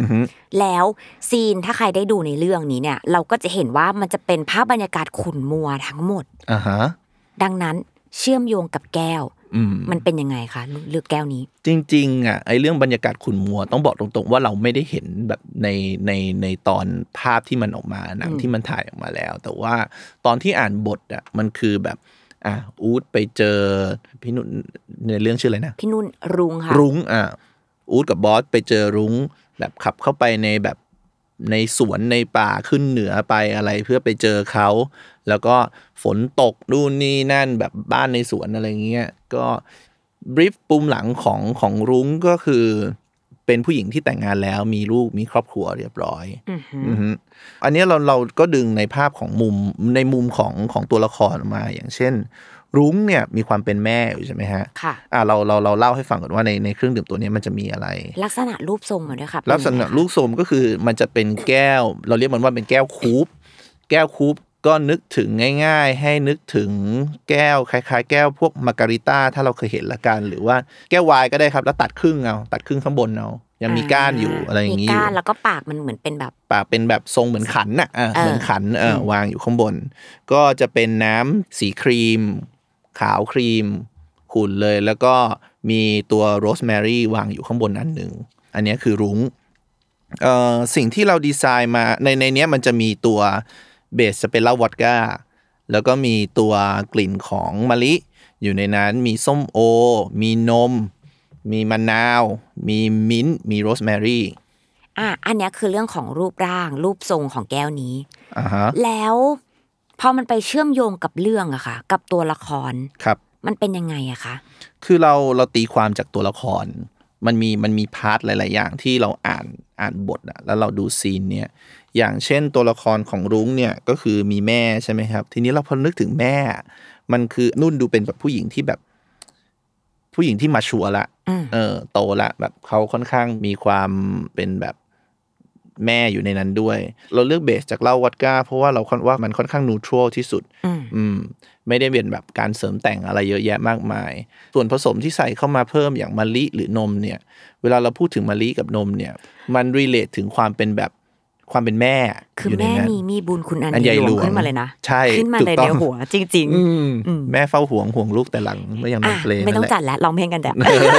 3แล้วซีนถ้าใครได้ดูในเรื่องนี้เนี่ยเราก็จะเห็นว่ามันจะเป็นภาพบรรยากาศขุ่นมัวทั้งหมดดังนั้นเชื่อมโยงกับแก้วมันเป็นยังไงคะเลือกแก้วนี้จริงๆอ่ะไอ้เรื่องบรรยากาศขุ่นมัวต้องบอกตรงๆว่าเราไม่ได้เห็นแบบในตอนภาพที่มันออกมาหนังที่มันถ่ายออกมาแล้วแต่ว่าตอนที่อ่านบทอ่ะมันคือแบบอู๊ดไปเจอพี่นุ่นในเรื่องชื่ออะไรนะพี่นุ่นรุ้งค่ะรุ้งอู๊ดกับบอสไปเจอรุ้งแบบขับเข้าไปในแบบในสวนในป่าขึ้นเหนือไปอะไรเพื่อไปเจอเขาแล้วก็ฝนตกนู่นนี่นั่นแบบบ้านในสวนอะไรเงี้ยก็บรีฟปุ่มหลังของรุ้งก็คือเป็นผู้หญิงที่แต่งงานแล้วมีลูกมีครอบครัวเรียบร้อยอันนี้เราก็ดึงในภาพของมุมของตัวละครมาอย่างเช่นรุ้งเนี่ยมีความเป็นแม่อยู่ใช่ไหมฮะค่ะเราเล่าให้ฟังก่อนว่าในเครื่องดื่มตัวนี้มันจะมีอะไรลักษณะรูปทรงด้วยครับลักษณะรูปทรงก็คือมันจะเป็นแก้วเราเรียกมันว่าเป็นแก้วคูปก็นึกถึงง่ายๆให้นึกถึงแก้วคล้ายๆแก้วพวกมาการิต้าถ้าเราเคยเห็นละกันหรือว่าแก้วไวน์ก็ได้ครับแล้วตัดครึ่งข้างบนเอายังมีก้านอยู่อะไรอย่างงี้มีก้านแล้วก็ปากมันเหมือนเป็นแบบปากเป็นแบบทรงเหมือนขันน่ะเหมือนขันวางอยู่ข้างบนก็จะเป็นน้ำสีครีมขาวครีมขุ่นเลยแล้วก็มีตัวโรสแมรี่วางอยู่ข้างบนอันนึงอันนี้คือรุ้งสิ่งที่เราดีไซน์มาในเนี้ยมันจะมีตัวเบสจะเป็นเหล้าวอดก้าแล้วก็มีตัวกลิ่นของมะลิอยู่ในนั้นมีส้มโอมีนมมีมะนาวมีมิ้นท์มีโรสแมรี่อันนี้คือเรื่องของรูปร่างรูปทรงของแก้วนี้แล้วพอมันไปเชื่อมโยงกับเรื่องอะค่ะกับตัวละครครับมันเป็นยังไงอะคะคือเราตีความจากตัวละครมันมีพาร์ทหลายๆอย่างที่เราอ่านบทอะแล้วเราดูซีนเนี่ยอย่างเช่นตัวละครของรุ้งเนี่ยก็คือมีแม่ใช่ไหมครับทีนี้เราพอนึกถึงแม่มันคือนุ่นดูเป็นแบบผู้หญิงที่แบบผู้หญิงที่มาชัวร์ละโตละแบบเขาค่อนข้างมีความเป็นแบบแม่อยู่ในนั้นด้วยเราเลือกเบสจากเหล้าวอดก้าเพราะว่าเราว่ามันค่อนข้างนูทรัลที่สุดไม่ได้เป็นแบบการเสริมแต่งอะไรเยอะแยะมากมายส่วนผสมที่ใส่เข้ามาเพิ่มอย่างมะลิหรือนมเนี่ยเวลาเราพูดถึงมะลิกับนมเนี่ยมันรีเลทถึงความเป็นแบบความเป็นแม่คือแม่มีบุญคุณอันใหญ่หลวงขึ้นมาเลยนะใช่ขึ้นมาเลยในหัวจริงๆแม่เฝ้าห่วงลูกแต่หลังไม่ยังนอนเพลงไม่ต้องจัดแล้วร้องเพลงกันแต่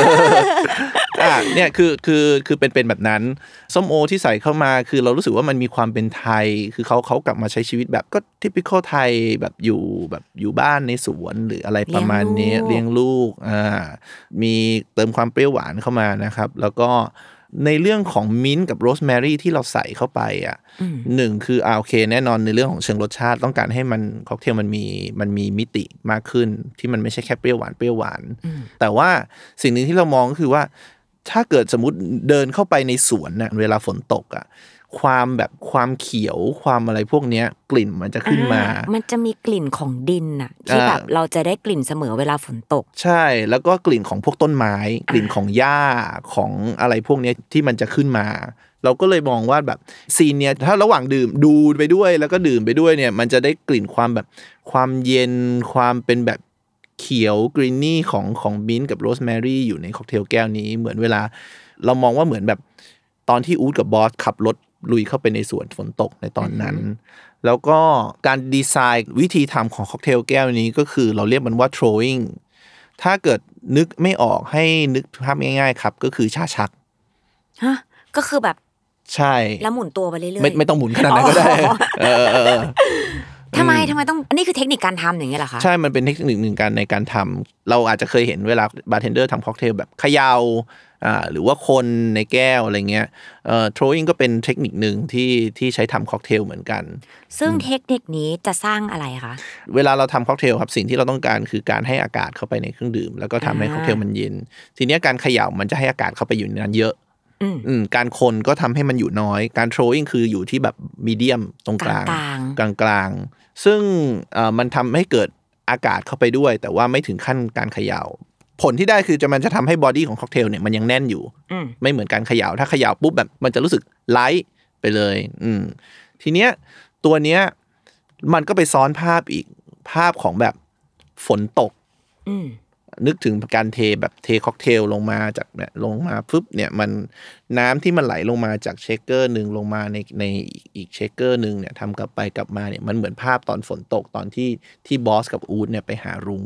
เนี่ยคือเป็นแบบนั้นส้มโอที่ใส่เข้ามาคือเรารู้สึกว่ามันมีความเป็นไทยคือเขากลับมาใช้ชีวิตแบบก็ทิปิคอลไทยแบบอยู่บ้านในสวนหรืออะไรประมาณนี้เลี้ยงลูกมีเติมความเปรี้ยวหวานเข้ามานะครับแล้วก็ในเรื่องของมิ้นท์กับโรสแมรี่ที่เราใส่เข้าไปหนึ่งคือโอเคแน่นอนในเรื่องของเชิงรสชาติต้องการให้มันค็อกเทลมันมีมิติมากขึ้นที่มันไม่ใช่แค่เปรี้ยวหวานแต่ว่าสิ่งหนึ่งที่เรามองก็คือว่าถ้าเกิดสมมุติเดินเข้าไปในสวนน่ะเวลาฝนตกความเขียวความอะไรพวกเนี้ยกลิ่นมันจะขึ้นมามันจะมีกลิ่นของดินน่ะที่แบบเราจะได้กลิ่นเสมอเวลาฝนตกใช่แล้วก็กลิ่นของพวกต้นไม้กลิ่นของหญ้าของอะไรพวกนี้ที่มันจะขึ้นมาเราก็เลยมองว่าแบบซีนเนี้ยถ้าระหว่างดื่มดูไปด้วยแล้วก็ดื่มไปด้วยเนี่ยมันจะได้กลิ่นความแบบความเย็นความเป็นแบบเขียวกรีนนี่ของมิ้นท์กับโรสแมรี่อยู่ในค็อกเทลแก้วนี้เหมือนเวลาเรามองว่าเหมือนแบบตอนที่อู๊ดกับบอสขับรถลุยเข้าไปในสวนฝนตกในตอนนั้นแล้วก็การดีไซน์วิธีทำของค็อกเทลแก้วนี้ก็คือเราเรียกมันว่า throwing ถ้าเกิดนึกไม่ออกให้นึกภาพง่ายๆครับก็คือชาชักก็คือแบบใช่แล้วหมุนตัวไปเรื่อยๆไม่ต้องหมุนขนาดนั้นก็ได้ทำไมต้องอันนี้คือเทคนิคการทำอย่างเงี้ยเหรอคะใช่มันเป็นเทคนิคหนึ่งในการทำเราอาจจะเคยเห็นเวลาบาร์เทนเดอร์ทำค็อกเทลแบบเขย่าหรือว่าคนในแก้วอะไรเงี้ยthrowing ก็เป็นเทคนิคนึงที่ใช้ทำค็อกเทลเหมือนกันซึ่งเทคนิคนี้จะสร้างอะไรคะเวลาเราทำค็อกเทลครับสิ่งที่เราต้องการคือการให้อากาศเข้าไปในเครื่องดื่มแล้วก็ทำให้ค็อกเทลมันเย็นทีนี้การเขย่ามันจะให้อากาศเข้าไปอยู่ในนั้นเยอะการคนก็ทำให้มันอยู่น้อยการ throwing คืออยู่ที่แบบมีเดียมตรงกลางกลางซึ่งมันทำให้เกิดอากาศเข้าไปด้วยแต่ว่าไม่ถึงขั้นการเขย่าผลที่ได้คือมันจะทำให้บอดี้ของค็อกเทลเนี่ยมันยังแน่นอยู่ไม่เหมือนการเขย่าถ้าเขย่าปุ๊บแบบมันจะรู้สึกไลท์ไปเลยทีเนี้ยตัวเนี้ยมันก็ไปซ้อนภาพอีกภาพของแบบฝนตกนึกถึงการเทค็อกเทลลงมาจากเนี่ยลงมาปุ๊บเนี่ยมันน้ำที่มันไหลลงมาจากเชคเกอร์นึงลงมาในอีกเชคเกอร์นึงเนี่ยทำกลับไปกลับมาเนี่ยมันเหมือนภาพตอนฝนตกตอนที่บอสกับอู๊ดเนี่ยไปหารุ้ง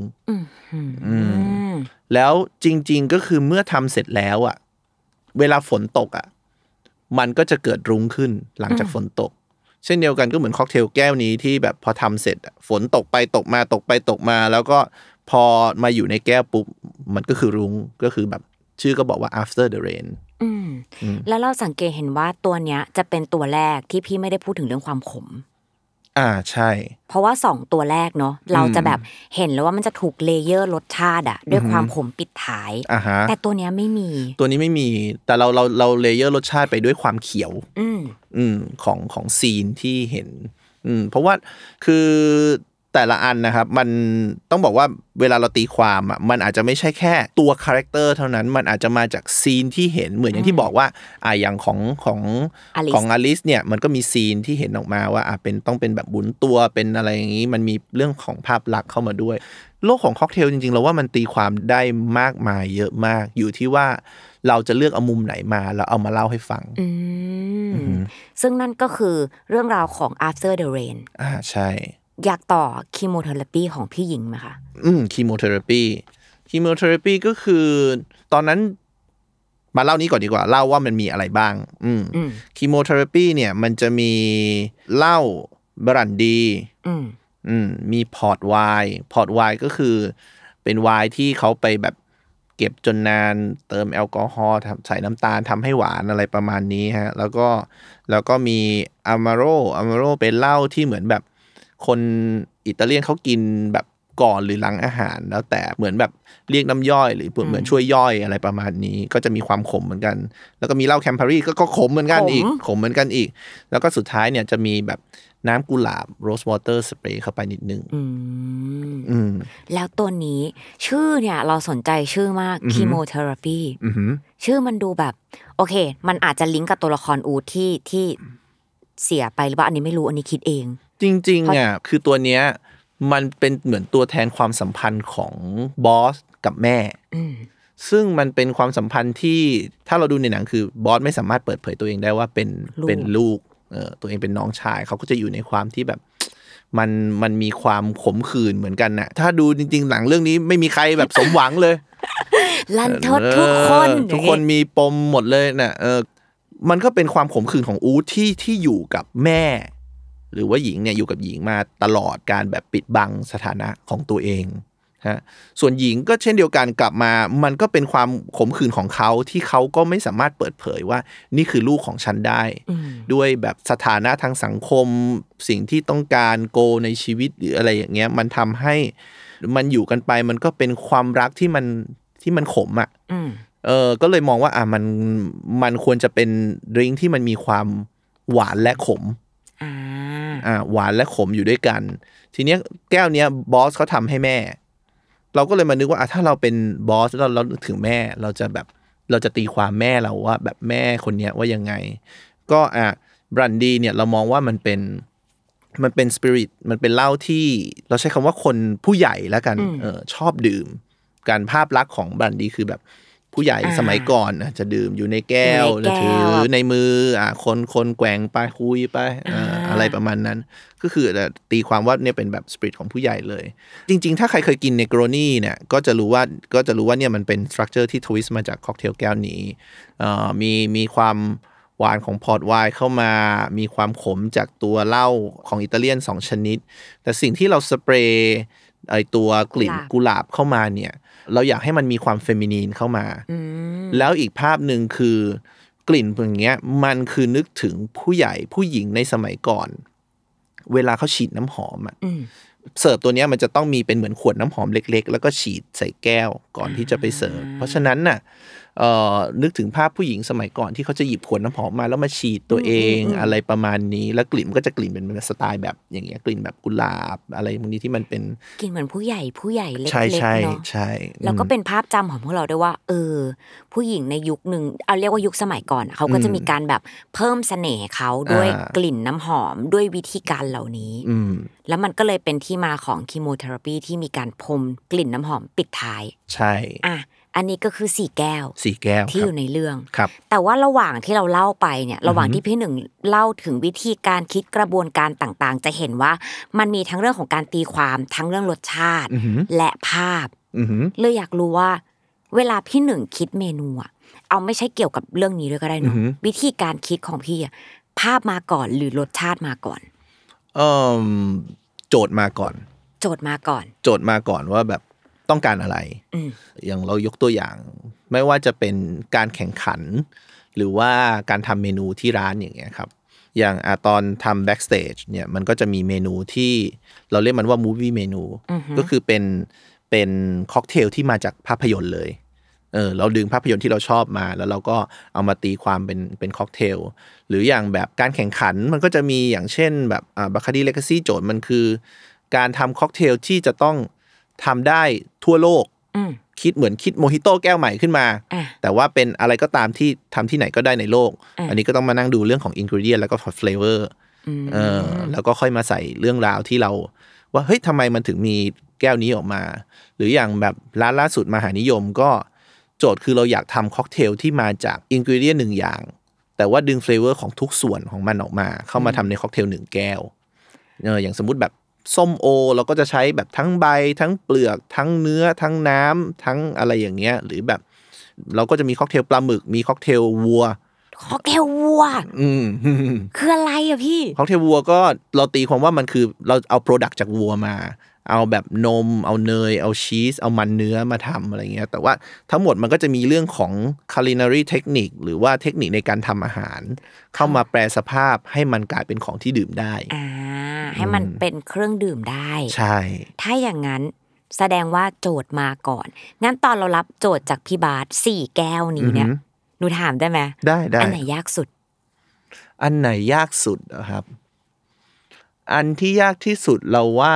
แล้วจริงๆก็คือเมื่อทำเสร็จแล้วอ่ะเวลาฝนตกอ่ะมันก็จะเกิดรุ้งขึ้นหลังจากฝนตกเช่นเดียวกันก็เหมือนค็อกเทลแก้วนี้ที่แบบพอทำเสร็จฝนตกไปตกมาตกไปตกมาแล้วก็พอมาอยู่ในแก้วปุ๊บมันก็คือรุ้งก็คือแบบชื่อก็บอกว่า after the rain แล้วเราสังเกตเห็นว่าตัวเนี้ยจะเป็นตัวแรกที่พี่ไม่ได้พูดถึงเรื่องความขมใช่เพราะว่า2ตัวแรกเนาะเราจะแบบเห็นแล้วว่ามันจะถูกเลเยอร์รสชาติด้วยความขมปิดท้ายแต่ตัวเนี้ยไม่มีตัวนี้ไม่มีแต่เราเลเยอร์รสชาติไปด้วยความเขียวของซีนที่เห็นเพราะว่าคือแต่ละอันนะครับมันต้องบอกว่าเวลาเราตีความมันอาจจะไม่ใช่แค่ตัวคาแรคเตอร์เท่านั้นมันอาจจะมาจากซีนที่เห็นเหมือนอย่างที่บอกว่าอย่างของอลิซเนี่ยมันก็มีซีนที่เห็นออกมาว่าเป็นต้องเป็นแบบบุญตัวเป็นอะไรอย่างนี้มันมีเรื่องของภาพลักษณ์เข้ามาด้วยโลกของค็อกเทลจริงๆเราว่ามันตีความได้มากมายเยอะมากอยู่ที่ว่าเราจะเลือกเอามุมไหนมาแล้วเอามาเล่าให้ฟังซึ่งนั่นก็คือเรื่องราวของ After the Rain ใช่อยากต่อคีโมเทอราปีของพี่หญิงไหมคะคีโมเทอราปีก็คือตอนนั้นมาเล่านี้ก่อนดีกว่าเล่าว่ามันมีอะไรบ้างคีโมเทอราปีเนี่ยมันจะมีเหล้าบรันดีมีพอร์ตไวน์ก็คือเป็นไวน์ที่เขาไปแบบเก็บจนนานเติมแอลกอฮอล์ใส่น้ำตาลทำให้หวานอะไรประมาณนี้ฮะแล้วก็มีอามาโรเป็นเหล้าที่เหมือนแบบคนอิตาเลียนเขากินแบบก่อนหรือหลังอาหารแล้วแต่เหมือนแบบเรียกน้ำย่อยหรือเหมือนช่วยย่อยอะไรประมาณนี้ก็จะมีความขมเหมือนกันแล้วก็มีเหล้าแคมปารีก็ขมเหมือนกันอีกแล้วก็สุดท้ายเนี่ยจะมีแบบน้ำกุหลาบโรสวอเตอร์สเปรย์เข้าไปนิดนึงแล้วตัวนี้ชื่อเนี่ยเราสนใจชื่อมากคีโมเทอราปีชื่อมันดูแบบโอเคมันอาจจะลิงก์กับตัวละครอูดที่เสียไปหรือว่าอันนี้ไม่รู้อันนี้คิดเองจริงๆคือตัวเนี้ยมันเป็นเหมือนตัวแทนความสัมพันธ์ของบอสกับแม่ซึ่งมันเป็นความสัมพันธ์ที่ถ้าเราดูในหนังคือบอสไม่สามารถเปิดเผยตัวเองได้ว่าเป็นลูกตัวเองเป็นน้องชายเขาก็จะอยู่ในความที่แบบมันมีความขมขื่นเหมือนกันน่ะถ้าดูจริงๆหลังเรื่องนี้ไม่มีใครแบบสมหวังเลยลันทดทุกคนมีปมหมดเลยน่ะมันก็เป็นความขมขื่นของอู๊ดที่อยู่กับแม่หรือว่าหญิงเนี่ยอยู่กับหญิงมาตลอดการแบบปิดบังสถานะของตัวเองฮะส่วนหญิงก็เช่นเดียวกันกลับมามันก็เป็นความขมขื่นของเขาที่เขาก็ไม่สามารถเปิดเผยว่านี่คือลูกของฉันได้ด้วยแบบสถานะทางสังคมสิ่งที่ต้องการโกในชีวิตหรืออะไรอย่างเงี้ยมันทำให้มันอยู่กันไปมันก็เป็นความรักที่มันขมอ่ะก็เลยมองว่ามันควรจะเป็นดริงก์ที่มันมีความหวานและขมหวานและขมอยู่ด้วยกันทีเนี้ยแก้วเนี้ยบอสเขาทำให้แม่เราก็เลยมานึกว่าถ้าเราเป็นบอสเราถึงแม่เราจะตีความแม่เราว่าแบบแม่คนเนี้ยว่ายังไงก็บรันดีเนี่ยเรามองว่ามันเป็นสปิริตมันเป็นเหล้าที่เราใช้คำว่าคนผู้ใหญ่แล้วกันชอบดื่มการภาพลักษณ์ของบรันดีคือแบบผู้ใหญ่สมัยก่อนจะดื่มอยู่ในแก้วถือในมือคนแกว่งไปคุยไปอะไรประมาณนั้นก็คือตีความว่าเนี่ยเป็นแบบสปิริตของผู้ใหญ่เลยจริงๆถ้าใครเคยกินเนโกรนีเนี่ยก็จะรู้ว่าเนี่ยมันเป็นสตรัคเจอร์ที่ทวิสต์มาจากค็อกเทลแก้วนี้มีความหวานของพอร์ตไวน์เข้ามามีความขมจากตัวเหล้าของอิตาเลียน2ชนิดแต่สิ่งที่เราสเปรย์ไอตัวกลิ่นกุหลาบเข้ามาเนี่ยเราอยากให้มันมีความเฟมินีนเข้ามาแล้วอีกภาพนึงคือกลิ่นอย่างเงี้ยมันคือนึกถึงผู้ใหญ่ผู้หญิงในสมัยก่อนเวลาเขาฉีดน้ำหอมอ่ะเสิร์ฟตัวเนี้ยมันจะต้องมีเป็นเหมือนขวดน้ำหอมเล็กๆแล้วก็ฉีดใส่แก้วก่อนที่จะไปเสิร์ฟเพราะฉะนั้นน่ะนึกถึงภาพผู้หญิงสมัยก่อนที่เขาจะหยิบขวดน้ำหอมมาแล้วมาฉีดตัวเองอะไรประมาณนี้แล้วกลิ่นมันก็จะกลิ่นเป็นสไตล์แบบอย่างเงี้ยกลิ่นแบบกุหลาบอะไรพวกนี้ที่มันเป็นกลิ่นเหมือนผู้ใหญ่เล็กๆเนาะใช่แล้วก็เป็นภาพจำของพวกเราด้วยว่าผู้หญิงในยุคนึงเอาเรียกว่ายุคสมัยก่อนเขาก็จะมีการแบบเพิ่มเสน่ห์เขาด้วยกลิ่นน้ำหอมด้วยวิธีการเหล่านี้แล้วมันก็เลยเป็นที่มาของคีโมเทอราปีที่มีการพรมกลิ่นน้ำหอมปิดท้ายใช่อันนี้ก็คือ4แก้วที่อยู่ในเรื่องแต่ว่าระหว่างที่เราเล่าไปเนี่ยระหว่างที่พี่หนึ่งเล่าถึงวิธีการคิดกระบวนการต่างๆจะเห็นว่ามันมีทั้งเรื่องของการตีความทั้งเรื่องรสชาติและภาพเลยอยากรู้ว่าเวลาพี่หนึ่งคิดเมนูเอาไม่ใช่เกี่ยวกับเรื่องนี้ด้วยก็ได้เนาะวิธีการคิดของพี่ภาพมาก่อนหรือรสชาติมาก่อนโจทย์มาก่อนว่าแบบต้องการอะไรอย่างเรายกตัวอย่างไม่ว่าจะเป็นการแข่งขันหรือว่าการทำเมนูที่ร้านอย่างเงี้ยครับอย่างตอนทำ backstage เนี่ยมันก็จะมีเมนูที่เราเรียกมันว่า movie เมนูก็คือเป็นค็อกเทลที่มาจากภาพยนตร์เลยเราดึงภาพยนตร์ที่เราชอบมาแล้วเราก็เอามาตีความเป็นค็อกเทลหรืออย่างแบบการแข่งขันมันก็จะมีอย่างเช่นแบบBacardi Legacy โจทย์มันคือการทำค็อกเทลที่จะต้องทำได้ทั่วโลกเหมือนคิดโมฮิโต้แก้วใหม่ขึ้นมาแต่ว่าเป็นอะไรก็ตามที่ทำที่ไหนก็ได้ในโลกอันนี้ก็ต้องมานั่งดูเรื่องของอินกรีเดียนแล้วก็เฟลเวอร์แล้วก็ค่อยมาใส่เรื่องราวที่เราว่าเฮ้ยทำไมมันถึงมีแก้วนี้ออกมาหรืออย่างแบบร้านล่าสุดมหานิยมก็โจทย์คือเราอยากทำค็อกเทลที่มาจากอินกรีเดียน1อย่างแต่ว่าดึงเฟลเวอร์ของทุกส่วนของมันออกมาเข้ามาทำในค็อกเทล1แก้วอย่างสมมุติแบบส้มโอเราก็จะใช้แบบทั้งใบทั้งเปลือกทั้งเนื้อทั้งน้ำทั้งอะไรอย่างเงี้ยหรือแบบเราก็จะมีค็อกเทลปลาหมึกมีค็อกเทลวัวคืออะไรอะพี่ค็อกเทลวัวก็เราตีความว่ามันคือเราเอาโปรดักต์จากวัวมาเอาแบบนมเอาเนยเอาชีสเอามันเนื้อมาทำอะไรเงี้ยแต่ว่าทั้งหมดมันก็จะมีเรื่องของ culinary technique หรือว่าเทคนิคในการทำอาหารเข้ามาแปลสภาพให้มันกลายเป็นของที่ดื่มได้ให้มันเป็นเครื่องดื่มได้ใช่ถ้าอย่างนั้นแสดงว่าโจทย์มาก่อนงั้นตอนเรารับโจทย์จากพี่บาส4แก้วนี้เนี่ยหนูถามได้ไหมได้อันไหนยากสุดอันไหนยากสุดครับอันที่ยากที่สุดเราว่า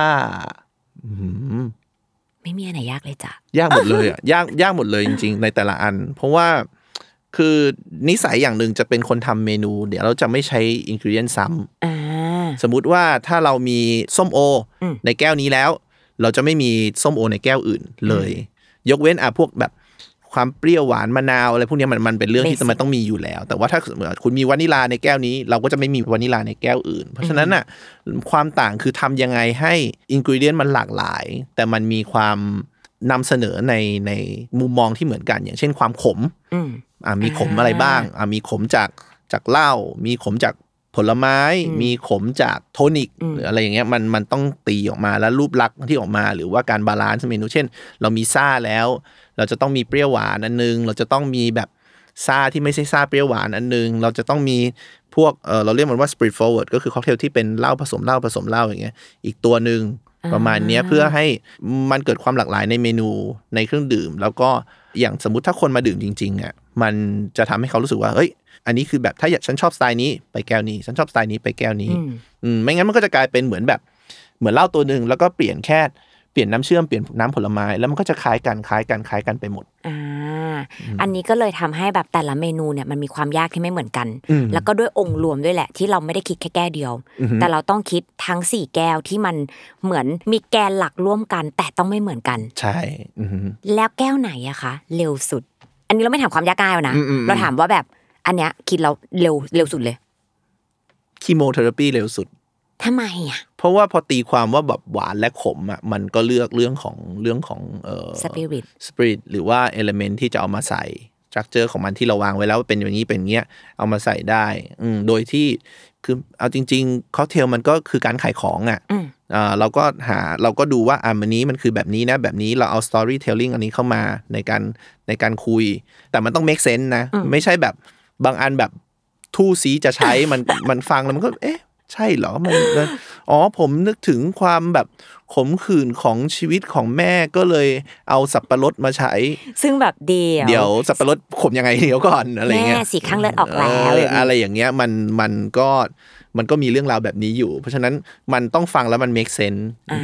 ไม่มีอันไหนยากเลยจ้ะยากหมดเลยอ่ะยากหมดเลยจริงๆในแต่ละอันเพราะว่าคือนิสัยอย่างหนึ่งจะเป็นคนทำเมนูเดี๋ยวเราจะไม่ใช้อินกรีเดียนซ้ำสมมุติว่าถ้าเรามีส้มโอในแก้วนี้แล้วเราจะไม่มีส้มโอในแก้วอื่นเลยยกเว้นพวกแบบความเปรี้ยวหวานมะนาวอะไรพวกนี้มันเป็นเรื่องที่มันต้องมีอยู่แล้วแต่ว่าถ้าสมมติคุณมีวานิลาในแก้วนี้เราก็จะไม่มีวานิลาในแก้วอื่นเพราะฉะนั้นน่ะความต่างคือทำยังไงให้อินกรีเดียนมันหลากหลายแต่มันมีความนำเสนอในมุมมองที่เหมือนกันอย่างเช่นความขมมีขมอะไรบ้างมีขมจากเหล้ามีขมจากผลไม้มีขมจากโทนิกหรืออะไรอย่างเงี้ยมันต้องตีออกมาแล้วรูปลักษณ์ที่ออกมาหรือว่าการบาลานซ์เมนูเช่นเรามีซ่าแล้วเราจะต้องมีเปรี้ยวหวานอันนึงเราจะต้องมีแบบซ่าที่ไม่ใช่ซ่าเปรี้ยวหวานอันนึงเราจะต้องมีพวกเราเรียกมันว่า spirit forward ก็คือค็อกเทลที่เป็นเหล้าผสมเหล้าอย่างเงี้ยอีกตัวนึงประมาณนี้เพื่อให้มันเกิดความหลากหลายในเมนูในเครื่องดื่มแล้วก็อย่างสมมุติถ้าคนมาดื่มจริงๆอ่ะมันจะทำให้เขารู้สึกว่าเฮ้ยอันนี้คือแบบถ้าฉันชอบสไตล์นี้ไปแก้วนี้ฉันชอบสไตล์นี้ไปแก้วนี้ไม่งั้นมันก็จะกลายเป็นเหมือนเหล้าตัวนึงแล้วก็เปลี่ยนน้ำเชื่อมเปลี่ยนน้ำผลไม้แล้วมันก็จะคล้ายกันไปหมดอันนี้ก็เลยทำให้แบบแต่ละเมนูเนี่ยมันมีความยากที่ไม่เหมือนกันแล้วก็ด้วยองค์รวมด้วยแหละที่เราไม่ได้คิดแค่แก้วเดียวแต่เราต้องคิดทั้ง4แก้วที่มันเหมือนมีแกนหลักร่วมกันแต่ต้องไม่เหมือนกันใช่แล้วแก้วไหนอะคะเร็วสุดอันนี้เราไม่ถามความยากง่ายนะเราถามว่าแบบอันเนี้ยคิดแล้วเร็วสุดเลยคีโมเทอราปีเร็วสุดทำไมอ่ะเพราะว่าพอตีความว่าแบบหวานและขมอ่ะมันก็เลือกเรื่องของสปิริตหรือว่าเอลิเมนต์ที่จะเอามาใส่สตรัคเจอร์ของมันที่เราวางไว้แล้วเป็นอย่างนี้เป็นเงี้ยเอามาใส่ได้โดยที่คือเอาจริงๆค็อกเทลมันก็คือการขายของอ่ะเราก็ดูว่าอันนี้มันคือแบบนี้นะแบบนี้เราเอา storytelling อันนี้เข้ามาในการคุยแต่มันต้อง make sense นะไม่ใช่แบบบางอันแบบทู่ซีจะใช้มันฟังแล้วมันก็ใช่เหรอมันผมนึกถึงความแบบขมขื่นของชีวิตของแม่ก็เลยเอาสับปะรดมาใช้ซึ่งแบบเดี๋ยวสับปะรดขมยังไงเดี๋ยวก่อนอะไรเงี้ยแม่สีข้างเลือดออกแล้วอะไรอย่างเงี้ยมันก็มีเรื่องราวแบบนี้อยู่เพราะฉะนั้นมันต้องฟังแล้วมัน make sense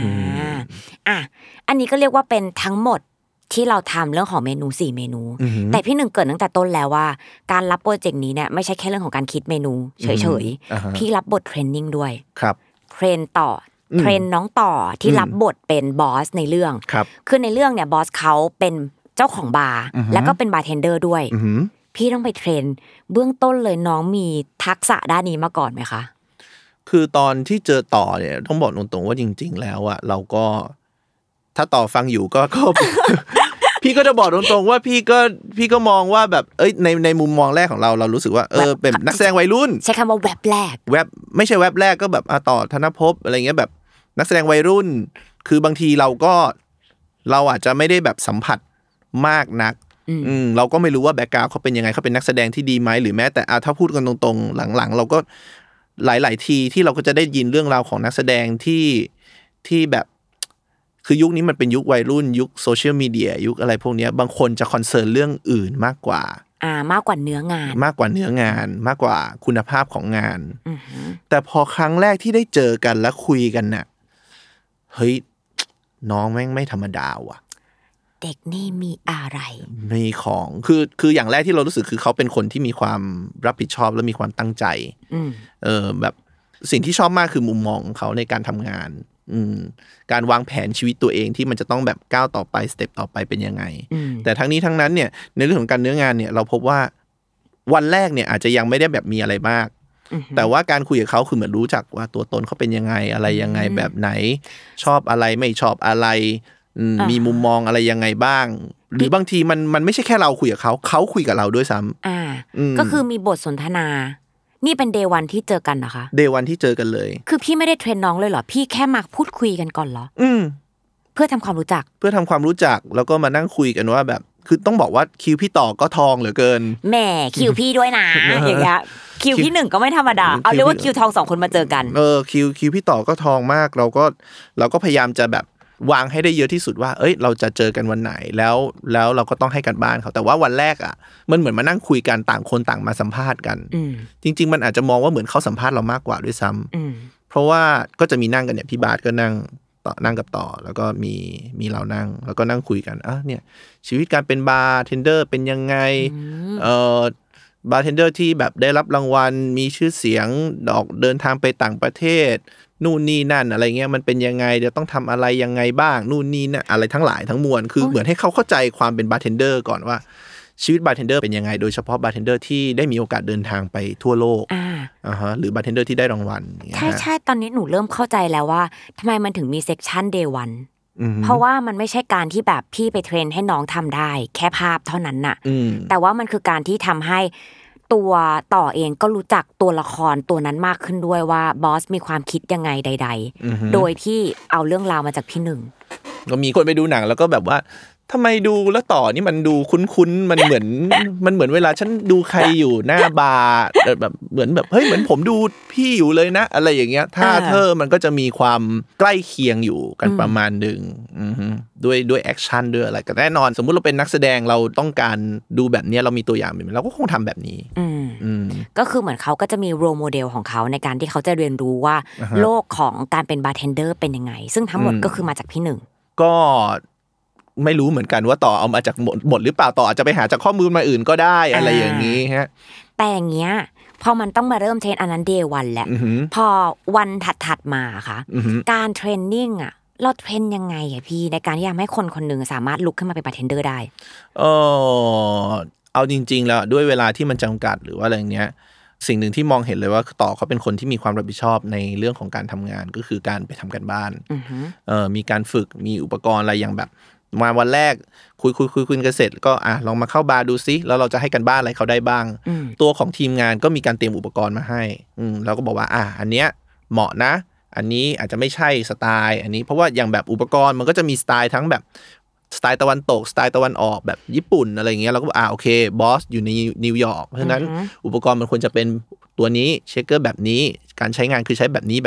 อันนี้ก็เรียกว่าเป็นทั้งหมดที่เราทำเรื่องของเมนู4เมนูแต่พี่หนึ่งเกิดตั้งแต่ต้นแล้วว่าการรับโปรเจกต์นี้เนี่ยไม่ใช่แค่เรื่องของการคิดเมนูเฉยๆพี่รับบทเทรนนิ่งด้วยครับเทรนน้องต่อที่รับบทเป็นบอสในเรื่องคือในเรื่องเนี่ยบอสเขาเป็นเจ้าของบาร์แล้วก็เป็นบาร์เทนเดอร์ด้วยพี่ต้องไปเทรนเบื้องต้นเลยน้องมีทักษะด้านนี้มาก่อนไหมคะคือตอนที่เจอต่อเนี่ยต้องบอกตรงๆว่าจริงๆแล้วอะเราก็ถ้าต่อฟังอยู่ก็ พี่ก็จะบอกตรงๆว่าพี่ก็มองว่าแบบในมุมมองแรกของเรารู้สึกว่าเป็นนักแสดงวัยรุ่นใช้คำว่าแวบแรกไม่ใช่แวบแรกก็แบบต่อธนภพอะไรเงี้ยแบบนักแสดงวัยรุ่นคือบางทีเราอาจจะไม่ได้แบบสัมผัสมากนักเราก็ไม่รู้ว่าแบ็คกราวด์เขาเป็นยังไงเขาเป็นนักแสดงที่ดีไหมหรือแม้แต่ถ้าพูดกันตรงๆหลังๆเราก็หลายๆทีที่เราก็จะได้ยินเรื่องราวของนักแสดงที่แบบคือยุคนี้มันเป็นยุควัยรุ่นยุคโซเชียลมีเดียยุคอะไรพวกนี้บางคนจะคอนเซิร์นเรื่องอื่นมากกว่ามากกว่าเนื้องานมากกว่าคุณภาพของงานแต่พอครั้งแรกที่ได้เจอกันและคุยกันน่ะเฮ้ยน้องแม่งไม่ธรรมดาว่ะเด็กนี่มีอะไรมีของคืออย่างแรกที่เรารู้สึกคือเขาเป็นคนที่มีความรับผิดชอบและมีความตั้งใจแบบสิ่งที่ชอบมากคือมุมมองของเขาในการทำงานการวางแผนชีวิตตัวเองที่มันจะต้องแบบก้าวต่อไปสเต็ปต่อไปเป็นยังไงแต่ทั้งนี้ทั้งนั้นเนี่ยในเรื่องของการเนื้องานเนี่ยเราพบว่าวันแรกเนี่ยอาจจะยังไม่ได้แบบมีอะไรมากแต่ว่าการคุยกับเขาคือเหมือนรู้จักว่าตัวตนเขาเป็นยังไงอะไรยังไงแบบไหนชอบอะไรไม่ชอบอะไรมีมุมมองอะไรยังไงบ้างหรือบางทีมันไม่ใช่แค่เราคุยกับเขาคุยกับเราด้วยซ้ำก็คือมีบทสนทนานี่เป็น day 1ที่เจอกันนะคะ day 1ที่เจอกันเลยคือพี่ไม่ได้เทรนน้องเลยเหรอพี่แค่มาพูดคุยกันก่อนเหรอเพื่อทำความรู้จักแล้วก็มานั่งคุยกันว่าแบบคือต้องบอกว่าคิวพี่ต่อก็ทองเหลือเกินแหมคิวพี่ด้วยนะ อย่างเงี้ยคิวพี่หนึ่งก็ไม่ธรรมดาเอาเรียกว่าคิวทอง2คนมาเจอกันคิวพี่ต่อก็ทองมากเราก็พยายามจะแบบวางให้ได้เยอะที่สุดว่าเราจะเจอกันวันไหนแล้วเราก็ต้องให้กันบ้านเขาแต่ว่าวันแรกอ่ะมันเหมือนมานั่งคุยกันต่างคนต่างมาสัมภาษณ์กันจริงๆมันอาจจะมองว่าเหมือนเขาสัมภาษณ์เรามากกว่าด้วยซ้ำเพราะว่าก็จะมีนั่งกันเนี่ยพี่บาสก็นั่งกับต่อแล้วก็มีเรานั่งแล้วก็นั่งคุยกันเนี่ยชีวิตการเป็นบาร์เทนเดอร์เป็นยังไงบาร์เทนเดอร์ที่แบบได้รับรางวัลมีชื่อเสียงเดินทางไปต่างประเทศนู่นนี่นั่นอะไรเงี้ยมันเป็นยังไงจะต้องทำอะไรยังไงบ้างนู่นนี่นั่นอะไรทั้งหลายทั้งมวลคือเหมือนให้เขาเข้าใจความเป็นบาร์เทนเดอร์ก่อนว่าชีวิตบาร์เทนเดอร์เป็นยังไงโดยเฉพาะบาร์เทนเดอร์ที่ได้มีโอกาสเดินทางไปทั่วโลกหรือบาร์เทนเดอร์ที่ได้รางวัลใช่ตอนนี้หนูเริ่มเข้าใจแล้วว่าทำไมมันถึงมีเซกชัน day 1เพราะว่ามันไม่ใช่การที่แบบพี่ไปเทรนให้น้องทำได้แค่ภาพเท่านั้นน่ะแต่ว่ามันคือการที่ทำให้ตัวต่อเองก็รู้จักตัวละครตัวนั้นมากขึ้นด้วยว่าบอสมีความคิดยังไงใดๆโดยที่เอาเรื่องราวมาจากพี่หนึ่งก็มีคนไปดูหนังแล้วก็แบบว่าทำไมดูแล้วต่อนี่มันดูคุ้นๆมันเหมือนเวลาฉันดูใครอยู่หน้าบาร์แบบเหมือนแบบเฮ้ยเหมือนผมดูพี่อยู่เลยนะอะไรอย่างเงี้ยถ้ามันก็จะมีความใกล้เคียงอยู่กันประมาณนึงด้วยแอคชั่นด้วยอะไรก็แน่นอนสมมุติเราเป็นนักแสดงเราต้องการดูแบบนี้เรามีตัวอย่างแบบนี้เราก็คงทำแบบนี้ก็คือเหมือนเขาก็จะมีโรลโมเดลของเขาในการที่เขาจะเรียนรู้ว่าโลกของการเป็นบาร์เทนเดอร์เป็นยังไงซึ่งทั้งหมดก็คือมาจากพี่หนึ่งก็ไม่รู้เหมือนกันว่าต่อเอามาจากหมดหรือเปล่าต่ออาจจะไปหาจากข้อมูลมาอื่นก็ได้อะไรอย่างนี้ฮะแต่อย่างเงี้ยพอมันต้องมาเริ่มเทรนอันนั้น day 1แหละพอวันถัดมาค่ะการเทรนนิ่งอ่ะเราเทรนยังไงอ่ะพี่ในการที่ทำให้คนคนนึงสามารถลุกขึ้นมาเป็นบาร์เทนเดอร์ได้เอาจริงๆแล้วด้วยเวลาที่มันจำกัดหรือว่าอะไรเงี้ยสิ่งหนึ่งที่มองเห็นเลยว่าต่อเขาเป็นคนที่มีความรับผิดชอบในเรื่องของการทำงานก็คือการไปทำกันบ้านมีการฝึกมีอุปกรณ์อะไรอย่างแบบมาวันแรกคุยกันเสร็จก็ลองมาเข้าบาร์ดูซิแล้วเราจะให้กันบ้านอะไรเขาได้บ้างตัวของทีมงานก็มีการเตรียมอุปกรณ์มาให้เราก็บอกว่าอันเนี้ยเหมาะนะอันนี้อาจจะไม่ใช่สไตล์อันนี้เพราะว่าอย่างแบบอุปกรณ์มันก็จะมีสไตล์ทั้งแบบสไตล์ตะวันตกสไตล์ตะวันออกแบบญี่ปุ่นอะไรอย่างเงี้ยเราก็โอเคบอสอยู่ในนิวยอร์กเพราะฉะนั้นอุปกรณ์มันควรจะเป็นตัวนี้เชคเกอร์แบบนี้การใช้งานคือใช้แบบนี้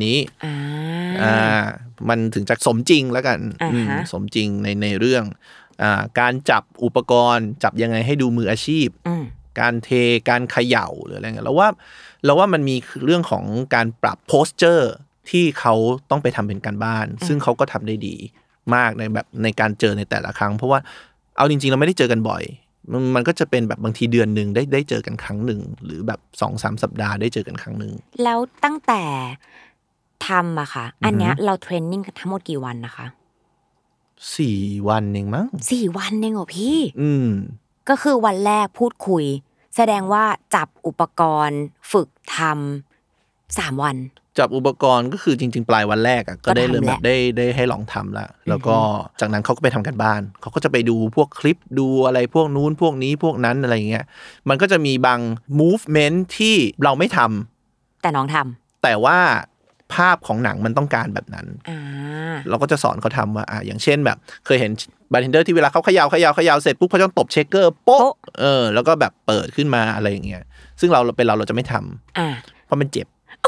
มันถึงจะสมจริงแล้วกันสมจริงในเรื่องการจับอุปกรณ์จับยังไงให้ดูมืออาชีพการเทการเขย่าหรืออะไรเงี้ยเราว่ามันมีเรื่องของการปรับโพสเจอร์ที่เขาต้องไปทำเป็นการบ้านซึ่งเขาก็ทำได้ดีมากในการเจอในแต่ละครั้งเพราะว่าเอาจริงๆเราไม่ได้เจอกันบ่อยมันก็จะเป็นแบบบางทีเดือนนึงได้เจอกันครั้งนึงหรือแบบ 2-3 สัปดาห์ได้เจอกันครั้งนึงแล้วตั้งแต่ทำอะค่ะอันเนี้ยเราเทรนนิ่งกันทั้งหมดกี่วันนะคะ 4 วันเองมั้ง 4 วันเองเหรอพี่ก็คือวันแรกพูดคุยแสดงว่าจับอุปกรณ์ฝึกทำ3 วันจับอุปกรณ์ก็คือจริงๆปลายวันแรกก็ได้เริ่มแบบได้ให้ลองทำแล้วก็จากนั้นเขาก็ไปทำกันบ้านเขาก็จะไปดูพวกคลิปดูอะไรพวกนู้นพวกนี้พวกนั้นอะไรเงี้ยมันก็จะมีบาง movement ที่เราไม่ทำแต่น้องทำแต่ว่าภาพของหนังมันต้องการแบบนั้นเราก็จะสอนเขาทำว่าอย่างเช่นแบบเคยเห็นบาร์เทนเดอร์ที่เวลาเขาเขย่าเสร็จปุ๊บเขาต้องตบเชคเกอร์โป๊ะแล้วก็แบบเปิดขึ้นมาอะไรอย่างเงี้ยซึ่งเราจะไม่ทำเพราะมันเจ็บ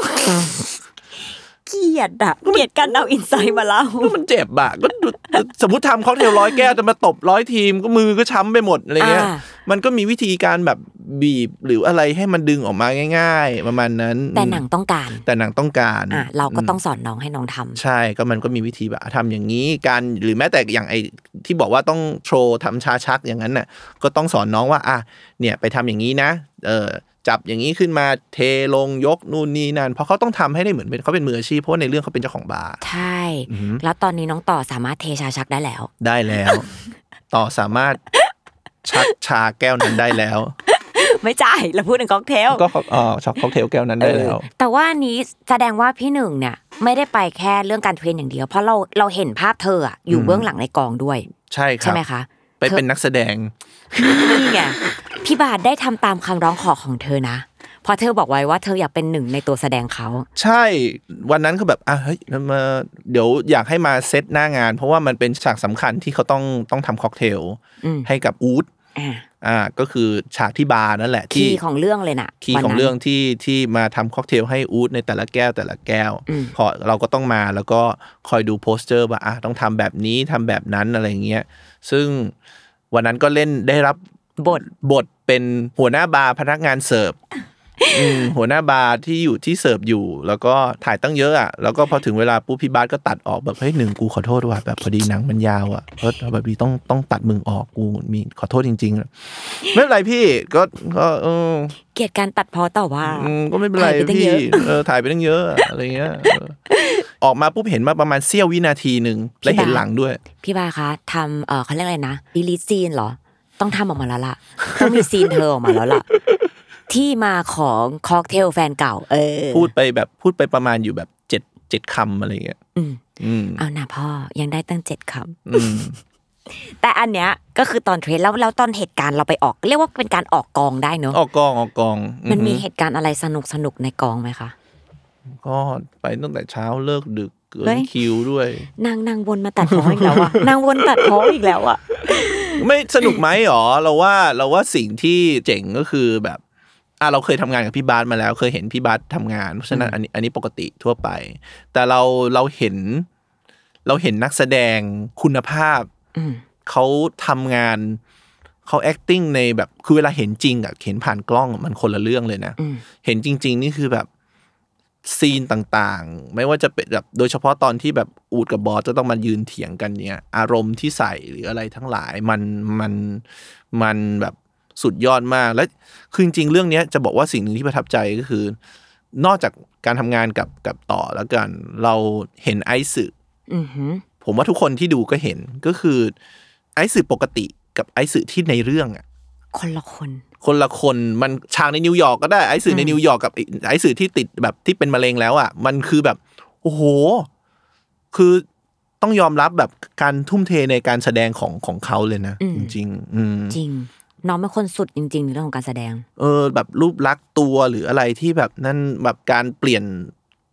เกลียดกันเอาอินไซต์มาเล่ามันเจ็บก็สมมุติทำค็อกเทล100 แก้วจะมาตบ100 ทีมก็มือก็ช้ำไปหมดอะไรเงี้ยมันก็มีวิธีการแบบบีบหรืออะไรให้มันดึงออกมาง่ายๆประมาณนั้นแต่หนังต้องการเราก็ต้องสอนน้องให้น้องทำใช่ก็มันก็มีวิธีแบบทำอย่างนี้การหรือแม้แต่อย่างไอ้ที่บอกว่าต้องโชว์ทำชาชักอย่างนั้นน่ะก็ต้องสอนน้องว่าเนี่ยไปทำอย่างนี้นะจับอย่างนี้ขึ้นมาเทลงยกนู่นนี่นั่นเพราะเขาต้องทำให้ได้เหมือนเป็นเขาเป็นมืออาชีพเพราะในเรื่องเขาเป็นเจ้าของบาร์ใช่แล้วตอนนี้น้องต่อสามารถเทชาชักได้แล้วต่อสามารถชักชาแก้วนั้นได้แล้วไม่ใช่เราพูดถึงค็อกเทลก็ช็อกค็อกเทลแก้วนั้นได้แล้วแต่ว่านี้แสดงว่าพี่หนึ่งเนี่ยไม่ได้ไปแค่เรื่องการเทรนอย่างเดียวเพราะเราเห็นภาพเธออยู่เบื้องหลังในกองด้วยใช่ครับใช่ไหมคะไปเป็นนักแสดงนี่ไงพี่บาทได้ทำตามคำร้องขอของเธอนะพอเธอบอกไว้ว่าเธออยากเป็นหนึ่งในตัวแสดงเขาใช่วันนั้นเขาแบบเฮ้ยมาเดี๋ยวอยากให้มาเซตหน้างานเพราะว่ามันเป็นฉากสำคัญที่เขาต้องทำค็อกเทลให้กับอู๊ดก็คือฉากที่บาร์นั่นแหละที่ของเรื่องเลยนะคีย์ของเรื่องที่มาทำค็อกเทลให้อู๊ดในแต่ละแก้วพอเราก็ต้องมาแล้วก็คอยดูโปสเตอร์ว่าต้องทำแบบนี้ทำแบบนั้นอะไรเงี้ยซึ่งวันนั้นก็ได้รับบทเป็นหัวหน้าบาร์พนักงานเสิร์ฟหัวหน้าบาร์ที่เสิร์ฟอยู่แล้วก็ถ่ายตั้งเยอะแล้วก็พอถึงเวลาปุ๊บพี่บาสก็ตัดออกแบบเฮ้ยหนึ่งกูขอโทษว่ะแบบพอดีหนังมันยาวแบบนี้ต้องตัดมึงออกกูมีขอโทษจริงๆไม่เป็นไรพี่ก็เกลียดการตัดพอต่อว่าก็ไม่เป็นไรพี่ถ่ายไปตั้งเยอะอะไรเงี้ยออกมาปุ๊บเห็นมาประมาณเสี้ยววินาทีนึงและเห็นหลังด้วยพี่บาคะทำเขาเรียกอะไรนะดีลิทซีนเหรอต้องทำออกมาแล้วล่ะต้องมีซีนเธอออกมาแล้วล่ะที่มาของค็อกเทลแฟนเก่าพูดไปประมาณอยู่แบบ7 คำอะไรเงี้ยเอานะพ่อยังได้ตั้ง7 คำแต่อันเนี้ยก็คือตอนเทรนแล้วตอนเหตุการณ์เราไปออกเรียกว่าเป็นการออกกองได้เนอะออกกองมันมีเหตุการณ์อะไรสนุกในกองไหมคะก็ไปตั้งแต่เช้าเลิกดึกเกินคิวด้วยนางวนมาตัดพ้ออีกแล้วอ่ะนางวนตัดพ้ออีกแล้วอ่ะไม่สนุกไหมหรอเราว่าสิ่งที่เจ๋งก็คือแบบเราเคยทำงานกับพี่บาสมาแล้วเคยเห็นพี่บาสทำงานเพราะฉะนั้นอันนี้ปกติทั่วไปแต่เราเห็นนักแสดงคุณภาพเขาทำงานเขา acting ในแบบคือเวลาเห็นจริงกับเห็นผ่านกล้องมันคนละเรื่องเลยนะเห็นจริงๆนี่คือแบบซีนต่างๆไม่ว่าจะเป็นแบบโดยเฉพาะตอนที่แบบอูดกับบอสจะต้องมายืนเถียงกันเนี่ยอารมณ์ที่ใส่หรืออะไรทั้งหลายมันแบบสุดยอดมากและคือจริงๆเรื่องนี้จะบอกว่าสิ่งหนึ่งที่ประทับใจก็คือนอกจากการทำงานกับต่อแล้วกันเราเห็นไอซ์ผมว่าทุกคนที่ดูก็เห็นก็คือไอซ์ปกติกับไอซ์ที่ในเรื่องคนละคนมันฉากในนิวยอร์กก็ได้ไอซ์ในนิวยอร์กกับไอซ์ที่ติดแบบที่เป็นมะเร็งแล้วมันคือแบบโอ้โหคือต้องยอมรับแบบการทุ่มเทในการแสดงของเขาเลยนะจริงจริงน้องเป็นคนสุดจริงๆในเรื่องของการแสดงแบบรูปลักษณ์ตัวหรืออะไรที่แบบนั่นแบบการเปลี่ยน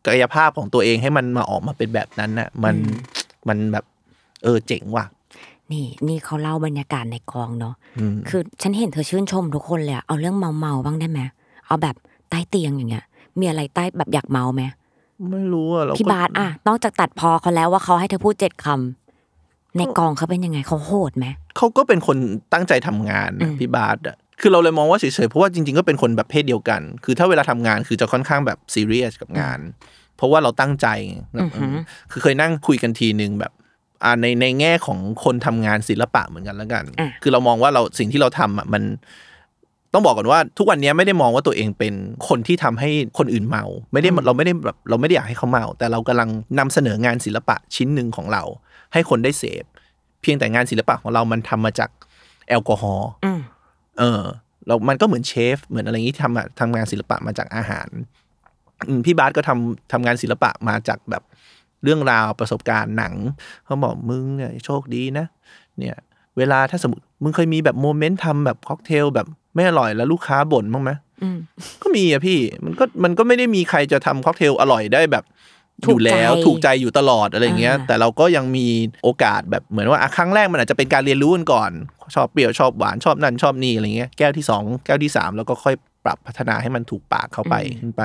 กายภาพของตัวเองให้มันมาออกมาเป็นแบบนั้นน่ะมันแบบเจ๋งว่ะนี่เขาเล่าบรรยากาศในกองเนาะคือฉันเห็นเธอชื่นชมทุกคนเลยเอาเรื่องเมาบ้างได้ไหมเอาแบบใต้เตียงอย่างเงี้ยมีอะไรใต้แบบอยากเมาไหมไม่รู้อ่ะพี่บาสอ่ะนอกจากตัดพอเขาแล้วว่าเขาให้เธอพูด7 คำในกองเขาเป็นยังไงเขาโหดไหมเขาก็เป็นคนตั้งใจทำงานพี่บาสอ่ะคือเราเลยมองว่าเฉยๆเพราะว่าจริงๆก็เป็นคนแบบเพศเดียวกันคือถ้าเวลาทำงานคือจะค่อนข้างแบบซีเรียสกับงานเพราะว่าเราตั้งใจคือเคยนั่งคุยกันทีนึงแบบในแง่ของคนทำงานศิลปะเหมือนกันแล้วกันคือเรามองว่าเราสิ่งที่เราทำอ่ะมันต้องบอกก่อนว่าทุกวันนี้ไม่ได้มองว่าตัวเองเป็นคนที่ทำให้คนอื่นเมาเราไม่ได้อยากให้เขาเมาแต่เรากำลังนำเสนองานศิลปะชิ้นหนึ่งของเราให้คนได้เสพเพียงแต่งานศิลปะของเรามันทำมาจากแอลกอฮอล์มันก็เหมือนเชฟเหมือนอะไรอย่างนี้ทำงานศิลปะมาจากอาหารพี่บาสก็ทำงานศิลปะมาจากแบบเรื่องราวประสบการณ์หนังเขาบอกมึงเนี่ยโชคดีนะเนี่ยเวลาถ้าสมมติมึงเคยมีแบบโมเมนต์ทำแบบค็อกเทลแบบไม่อร่อยแล้วลูกค้าบ่นบ้างไหมก็มีอะพี่มันก็ไม่ได้มีใครจะทำค็อกเทลอร่อยได้แบบอยู่แล้วถูกใจอยู่ตลอดอะไรเงี้ยแต่เราก็ยังมีโอกาสแบบเหมือนว่าครั้งแรกมันอาจจะเป็นการเรียนรู้กันก่อนชอบเปรี้ยวชอบหวานชอบนั่นชอบนี่อะไรเงี้ยแก้วที่2แก้วที่3แล้วก็ค่อยปรับพัฒนาให้มันถูกปากเข้าไปขึ้นไป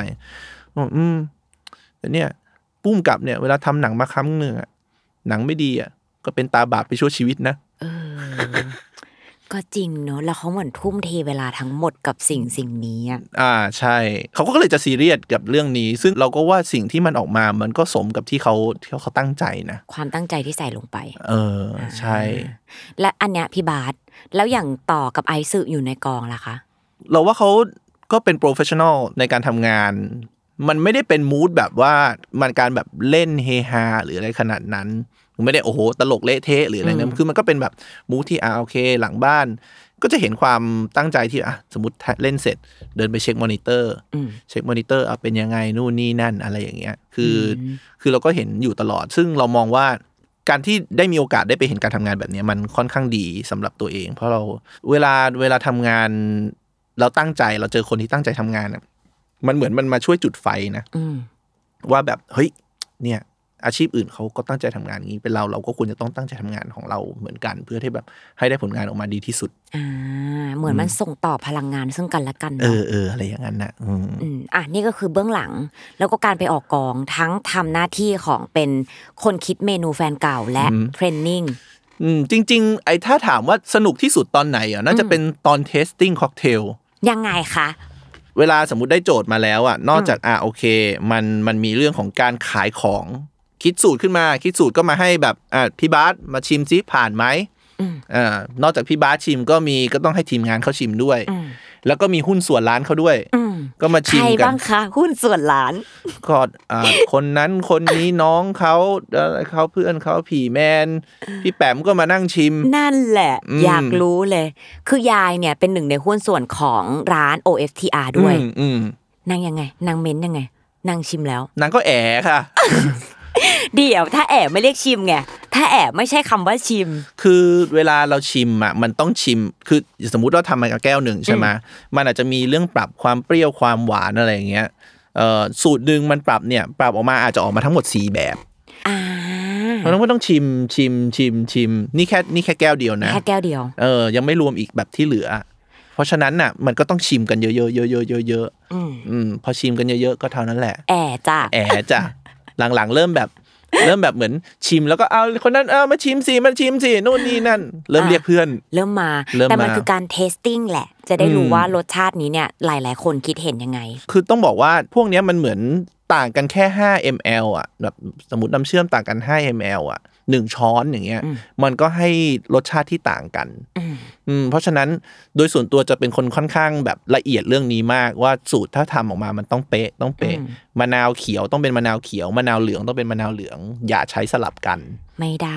แต่เนี่ยปุ้มกับเนี่ยเวลาทำหนังมาครั้งนึงอ่ะหนังไม่ดีอ่ะก็เป็นตาบาปไปชั่วชีวิตนะก็จริงเนอะแล้วเขาเหมือนทุ่มเทเวลาทั้งหมดกับสิ่งนี้อ่ะใช่เขาก็เลยจะซีเรียสกับเรื่องนี้ซึ่งเราก็ว่าสิ่งที่มันออกมามันก็สมกับที่เขาตั้งใจนะความตั้งใจที่ใส่ลงไปใช่และอันเนี้ยพี่บาสแล้วอย่างต่อกับไอซ์อยู่ในกองล่ะคะเราว่าเขาก็เป็นโปรเฟสชั่นอลในการทำงานมันไม่ได้เป็นมูดแบบว่ามันการแบบเล่นเฮฮาหรืออะไรขนาดนั้นไม่ได้โอ้โหตลกเละเทะหรืออะไรนะคือมันก็เป็นแบบมูดที่โอเคหลังบ้านก็จะเห็นความตั้งใจที่สมมติเล่นเสร็จเดินไปเช็คมอนิเตอร์เป็นยังไงนู่นนี่นั่นอะไรอย่างเงี้ยคือเราก็เห็นอยู่ตลอดซึ่งเรามองว่าการที่ได้มีโอกาสได้ไปเห็นการทำงานแบบนี้มันค่อนข้างดีสำหรับตัวเองเพราะเราเวลาทำงานเราตั้งใจเราเจอคนที่ตั้งใจทำงานมันเหมือนมันมาช่วยจุดไฟนะว่าแบบเฮ้ยเนี่ยอาชีพอื่นเขาก็ตั้งใจทำงานงี้เป็นเราก็ควรจะต้องตั้งใจทำงานของเราเหมือนกันเพื่อที่แบบให้ได้ผลงานออกมาดีที่สุดเหมือนมันส่งต่อพลังงานซึ่งกันและกันอะไรอย่างนั้นนะนี่ก็คือเบื้องหลังแล้วก็การไปออกกองทั้งทำหน้าที่ของเป็นคนคิดเมนูแฟนเก่าและเทรนนิ่งจริงๆถ้าถามว่าสนุกที่สุดตอนไหนน่าจะเป็นตอนเทสติ้งค็อกเทลยังไงคะเวลาสมมุติได้โจทย์มาแล้วนอกจากโอเคมันมีเรื่องของการขายของคิดสูตรขึ้นมาคิดสูตรก็มาให้แบบพี่บาสมาชิมซิผ่านไหมนอกจากพี่บาสชิมก็ต้องให้ทีมงานเขาชิมด้วยแล้วก็มีหุ้นส่วนร้านเขาด้วยก็มาชิมกันใครบ้างคะหุ้นส่วนร้านก็คนนั้นคนนี้น้องเขาเพื่อนเขาผีแมนพี่แปมก็มานั่งชิมนั่นแหละอยากรู้เลยคือยายเนี่ยเป็นหนึ่งในหุ้นส่วนของร้าน OFTR ด้วยนางยังไงนางเม้นยังไงนางชิมแล้วนางก็ค่ะเดี๋ยวถ้าแอบไม่เรียกชิมไงถ้าแอบไม่ใช่คำว่าชิมคือเวลาเราชิมมันต้องชิมคือสมมุติว่าทำมาแก้วหนึ่งใช่ไหมมันอาจจะมีเรื่องปรับความเปรี้ยวความหวานอะไรอย่างเงี้ยสูตรหนึ่งมันปรับออกมาอาจจะออกมาทั้งหมด4แบบเราต้องชิมนี่แค่แก้วเดียวนะแค่แก้วเดียวยังไม่รวมอีกแบบที่เหลือเพราะฉะนั้นมันก็ต้องชิมกันเยอะๆพอชิมกันเยอะๆก็เท่านั้นแหละแจ้ะหลังๆเริ่มแบบเหมือนชิมแล้วก็เอาคนนั้นมาชิมสินู่นนี่นั่นเริ่มเรียกเพื่อนเริ่มมาแต่มันคือการเทสติ้งแหละจะได้รู้ว่ารสชาตินี้เนี่ยหลายๆคนคิดเห็นยังไงคือต้องบอกว่าพวกนี้มันเหมือนต่างกันแค่5 ml แบบสมมุติน้ำเชื่อมต่างกัน5 ml 1ช้อนอย่างเงี้ยมันก็ให้รสชาติที่ต่างกันเพราะฉะนั้นโดยส่วนตัวจะเป็นคนค่อนข้างแบบละเอียดเรื่องนี้มากว่าสูตรถ้าทำออกมามันต้องเป๊ะมะนาวเขียวต้องเป็นมะนาวเขียวมะนาวเหลืองต้องเป็นมะนาวเหลืองอย่าใช้สลับกันไม่ได้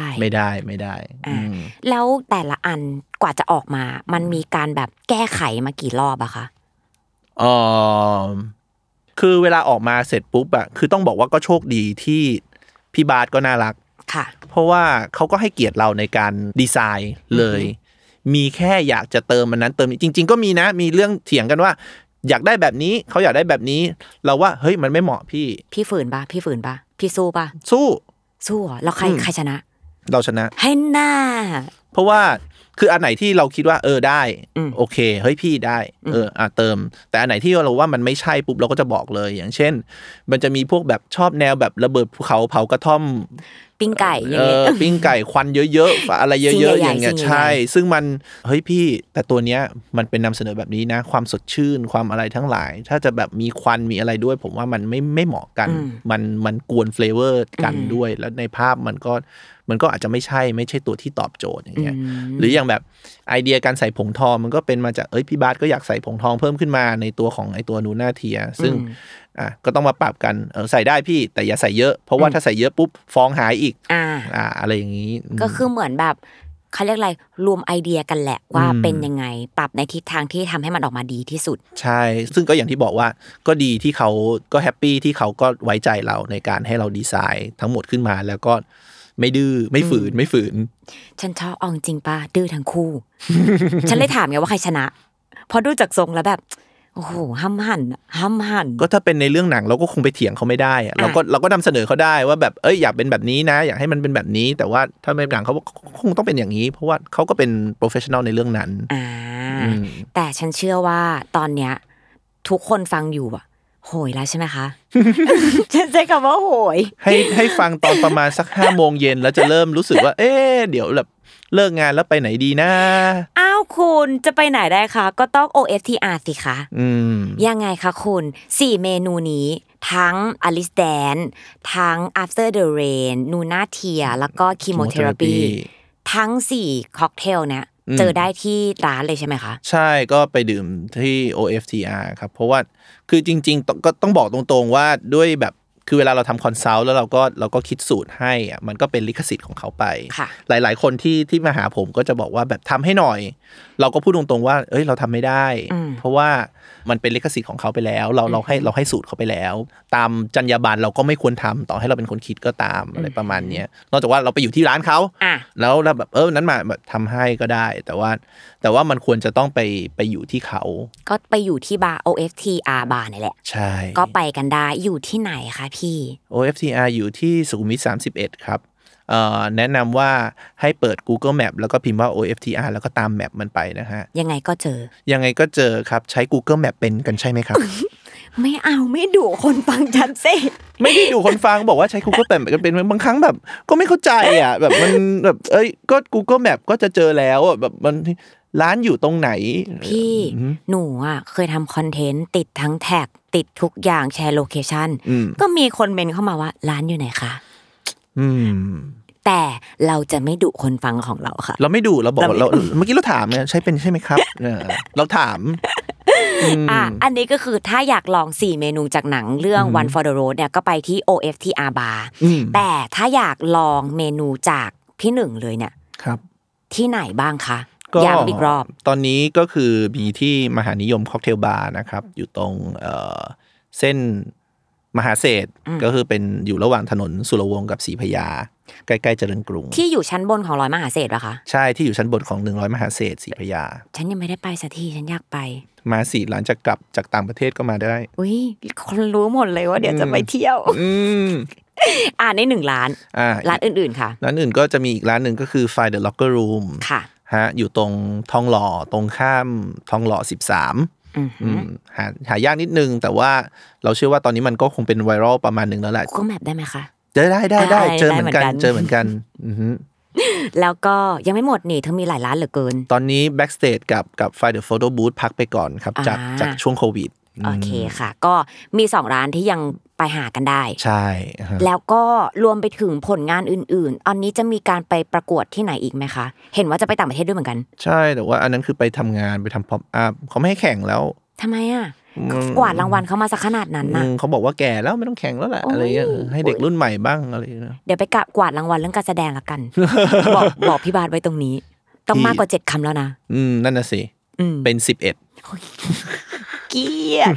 แล้วแต่ละอันกว่าจะออกมามันมีการแบบแก้ไขมากี่รอบอะคะคือเวลาออกมาเสร็จปุ๊บคือต้องบอกว่าก็โชคดีที่พี่บาสก็น่ารักเพราะว่าเขาก็ให้เกียรติเราในการดีไซน์เลยมีแค่อยากจะเติมมันนั้นเติมนี้จริงๆก็มีนะมีเรื่องเถียงกันว่าอยากได้แบบนี้เขาอยากได้แบบนี้เราว่าเฮ้ยมันไม่เหมาะพี่ฝืนปะพี่สู้ปะสู้เหรอแล้วใครชนะเราชนะให้หน้าเพราะว่าคืออันไหนที่เราคิดว่าได้โอเคเฮ้ยพี่ได้เติมแต่อันไหนที่เราว่ามันไม่ใช่ปุ๊บเราก็จะบอกเลยอย่างเช่นมันจะมีพวกแบบชอบแนวแบบระเบิดภูเขาเผากระท่อมปิ้งไก่อย่างเงี้ยปิ้งไก่ควันเยอะๆอะไรเยอะๆอย่างเงี้ยใช่ซึ่งมันเฮ้ยพี่แต่ตัวเนี้ยมันเป็นนำเสนอแบบนี้นะความสดชื่นความอะไรทั้งหลายถ้าจะแบบมีควันมีอะไรด้วยผมว่ามันไม่เหมาะกันมันกวนเฟลเวอร์กันด้วยแล้วในภาพมันก็อาจจะไม่ใช่ตัวที่ตอบโจทย์อย่างเงี้ยหรืออย่างแบบไอเดียการใส่ผงทองมันก็เป็นมาจากพี่บาสก็อยากใส่ผงทองเพิ่มขึ้นมาในตัวของไอตัวนูน่าเทียซึ่งก็ต้องมาปรับกันใส่ได้พี่แต่อย่าใส่เยอะเพราะว่าถ้าใส่เยอะปุ๊บฟองหายอีกอะไรอย่างนี้ก็คือเหมือนแบบเขาเรียกอะไรรวมไอเดียกันแหละว่าเป็นยังไงปรับในทิศทางที่ทำให้มันออกมาดีที่สุดใช่ซึ่งก็อย่างที่บอกว่าก็ดีที่เขาก็แฮปปี้ที่เขาก็ไว้ใจเราในการให้เราดีไซน์ทั้งหมดขึ้นมาแล้วก็ไม่ดื้อไม่ฝืนฉันชอบเอาจริงป่ะดื้อทั้งคู่ ฉันเลยถามไงว่าใครชนะพอดูจากทรงแล้วแบบโอ้โหห้ำหั่นก็ถ้าเป็นในเรื่องหนังเราก็คงไปเถียงเขาไม่ได้อะเราก็นำเสนอเขาได้ว่าแบบอยากเป็นแบบนี้นะอยากให้มันเป็นแบบนี้แต่ว่าถ้าในหนังเขาคงต้องเป็นอย่างนี้เพราะว่าเขาก็เป็นโปรเฟสชันนอลในเรื่องนั้นแต่ฉันเชื่อว่าตอนเนี้ยทุกคนฟังอยู่อะโหยแล้วใช่ไหมคะฉันใช้คำว่าโหยให้ฟังตอนประมาณสัก 5:00 นแล้วจะเริ่มรู้สึกว่าเดี๋ยวแบบเลิกงานแล้วไปไหนดีนะอ้าวคุณจะไปไหนได้คะก็ต้อง OFTR สิคะยังไงคะคุณ4เมนูนี้ทั้ง Alice Dance ทั้ง After the Rain Nuna Tia แล้วก็ Chemotherapy ทั้ง4ค็อกเทลเนี่ยเจอได้ที่ร้านเลยใช่ไหมคะใช่ก็ไปดื่มที่ OFTR ครับเพราะว่าคือจริงๆก็ต้องบอกตรงๆว่าด้วยแบบคือเวลาเราทำคอนซัลท์แล้วเราก็คิดสูตรให้อ่ะมันก็เป็นลิขสิทธิ์ของเขาไปหลายๆคนที่มาหาผมก็จะบอกว่าแบบทำให้หน่อยเราก็พูดตรงๆว่าเราทำไม่ได้เพราะว่ามันเป็นลิขสิทธิ์ของเขาไปแล้วเราให้สูตรเขาไปแล้วตามจรรยาบรรณเราก็ไม่ควรทำต่อให้เราเป็นคนคิดก็ตามอะไรประมาณนี้นอกจากว่าเราไปอยู่ที่ร้านเขาแล้วเราแบบนั้นมาแบบทำให้ก็ได้แต่ว่ามันควรจะต้องไปอยู่ที่เขาก็ไปอยู่ที่บาร์ OFTR บาร์นี่แหละใช่ก็ไปกันได้อยู่ที่ไหนคะพี่ OFTR อยู่ที่สุขุมวิท31ครับแนะนำว่าให้เปิด Google Map แล้วก็พิมพ์ว่า OFTR แล้วก็ตามแมปมันไปนะฮะยังไงก็เจอครับใช้ Google Map เป็นกันใช่ไหมครับไม่เอาไม่ดุคนฟังฉันสิไม่ได้ดุคนฟังบอกว่าใช้ Google Map กันเป็นบางครั้งแบบก็ไม่เข้าใจอ่ะแบบมันแบบก็ Google Map ก็จะเจอแล้วแบบมันร้านอยู่ตรงไหนพี่หนูอ่ะเคยทำคอนเทนต์ติดทั้งแท็กติดทุกอย่างแชร์โลเคชั่นก็มีคนเมนเข้ามาว่าร้านอยู่ไหนคะแต่เราจะไม่ดุคนฟังของเราค่ะเราไม่ดุเราบอกเราเมื่อกี้เราถามเนี่ยใช่ไหมครับเราถามอันนี้ก็คือถ้าอยากลอง4เมนูจากหนังเรื่อง One for the Road เนี่ยก็ไปที่ OFTR Bar แต่ถ้าอยากลองเมนูจากพี่หนึ่งเลยเนี่ยครับที่ไหนบ้างคะย้ำอีกรอบตอนนี้ก็คือมีที่มหานิยมค็อกเทลบาร์นะครับอยู่ตรงเส้นมหาเศรษฐ์ก็คือเป็นอยู่ระหว่างถนนสุรวงศ์กับศรีพญาใกล้ๆเจริญกรุงที่อยู่ชั้นบนของ100มหาเศรษฐ์ป่ะคะใช่ที่อยู่ชั้นบนของ100มหาเศรษฐ์ศรีพญาฉันยังไม่ได้ไปสักทีฉันอยากไปมาสิหลังจากกลับจากต่างประเทศก็มาได้อุ้ยคนรู้หมดเลยว่าเดี๋ยวจะไปเที่ยวใน1ร้านร้านอื่นๆค่ะร้านอื่นก็จะมีอีกร้านนึงก็คือ Find the Locker Room ค่ะอยู่ตรงทองหล่อตรงข้ามทองหล่อ13หายากนิดนึงแต่ว่าเราเชื่อว่าตอนนี้มันก็คงเป็นไวรัลประมาณนึงแล้วแหละ Google Map ได้ไหมคะได้เจอเหมือนกันแล้วก็ยังไม่หมดนี่เธอมีหลายร้านเหลือเกินตอนนี้ Backstage กับ Find the Photo Booth พักไปก่อนครับจากช่วงโควิดโอเคค่ะก็มี2ร้านที่ยังไปหากันได้ใช่แล้วก็รวมไปถึงผลงานอื่นๆอันนี้จะมีการไปประกวดที่ไหนอีกไหมคะเห็นว่าจะไปต่างประเทศด้วยเหมือนกันใช่แต่ว่าอันนั้นคือไปทำงานไปทำพ็อปอัพเขาไม่ให้แข่งแล้วทำไมอ่ะกวาดรางวัลเขามาสักขนาดนั้นนะเขาบอกว่าแก่แล้วไม่ต้องแข่งแล้วแหละอะไรเงี้ยให้เด็กรุ่นใหม่บ้างอะไรเดี๋ยวไปกวาดรางวัลเรื่องการแสดงละกัน บอกพี่บาสไว้ตรงนี้ต้องมากกว่า7คำแล้วนะนั่นน่ะสิเป็น11 เกียร์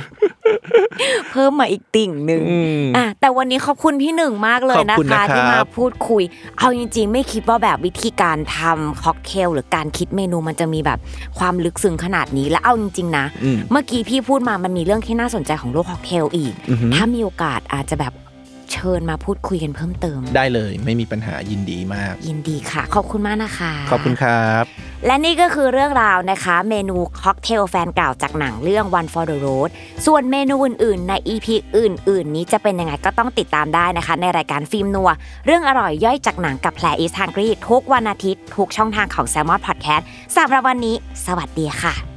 เพิ่มมาอีกติ่งนึงแต่วันนี้ขอบคุณพี่หนึ่งมากเลยนะคะที่มาพูดคุยเอาจริงๆไม่คิดว่าแบบวิธีการทำค็อกเทลหรือการคิดเมนูมันจะมีแบบความลึกซึ้งขนาดนี้และเอาจริงๆนะเมื่อกี้พี่พูดมามันมีเรื่องที่น่าสนใจของโลกค็อกเทลอีกถ้ามีโอกาสอาจจะแบบเชิญมาพูดคุยกันเพิ่มเติมได้เลยไม่มีปัญหายินดีมากยินดีค่ะขอบคุณมากนะคะขอบคุณครับและนี่ก็คือเรื่องราวนะคะเมนูค็อกเทลแฟนเก่าจากหนังเรื่อง One for the Road ส่วนเมนูอื่นๆใน EP อื่นๆนี้จะเป็นยังไงก็ต้องติดตามได้นะคะในรายการฟิล์มนัวเรื่องอร่อยย่อยจากหนังกับแพร is hungry ทุกวันอาทิตย์ทุกช่องทางของ Salmon Podcast สำหรับวันนี้สวัสดีค่ะ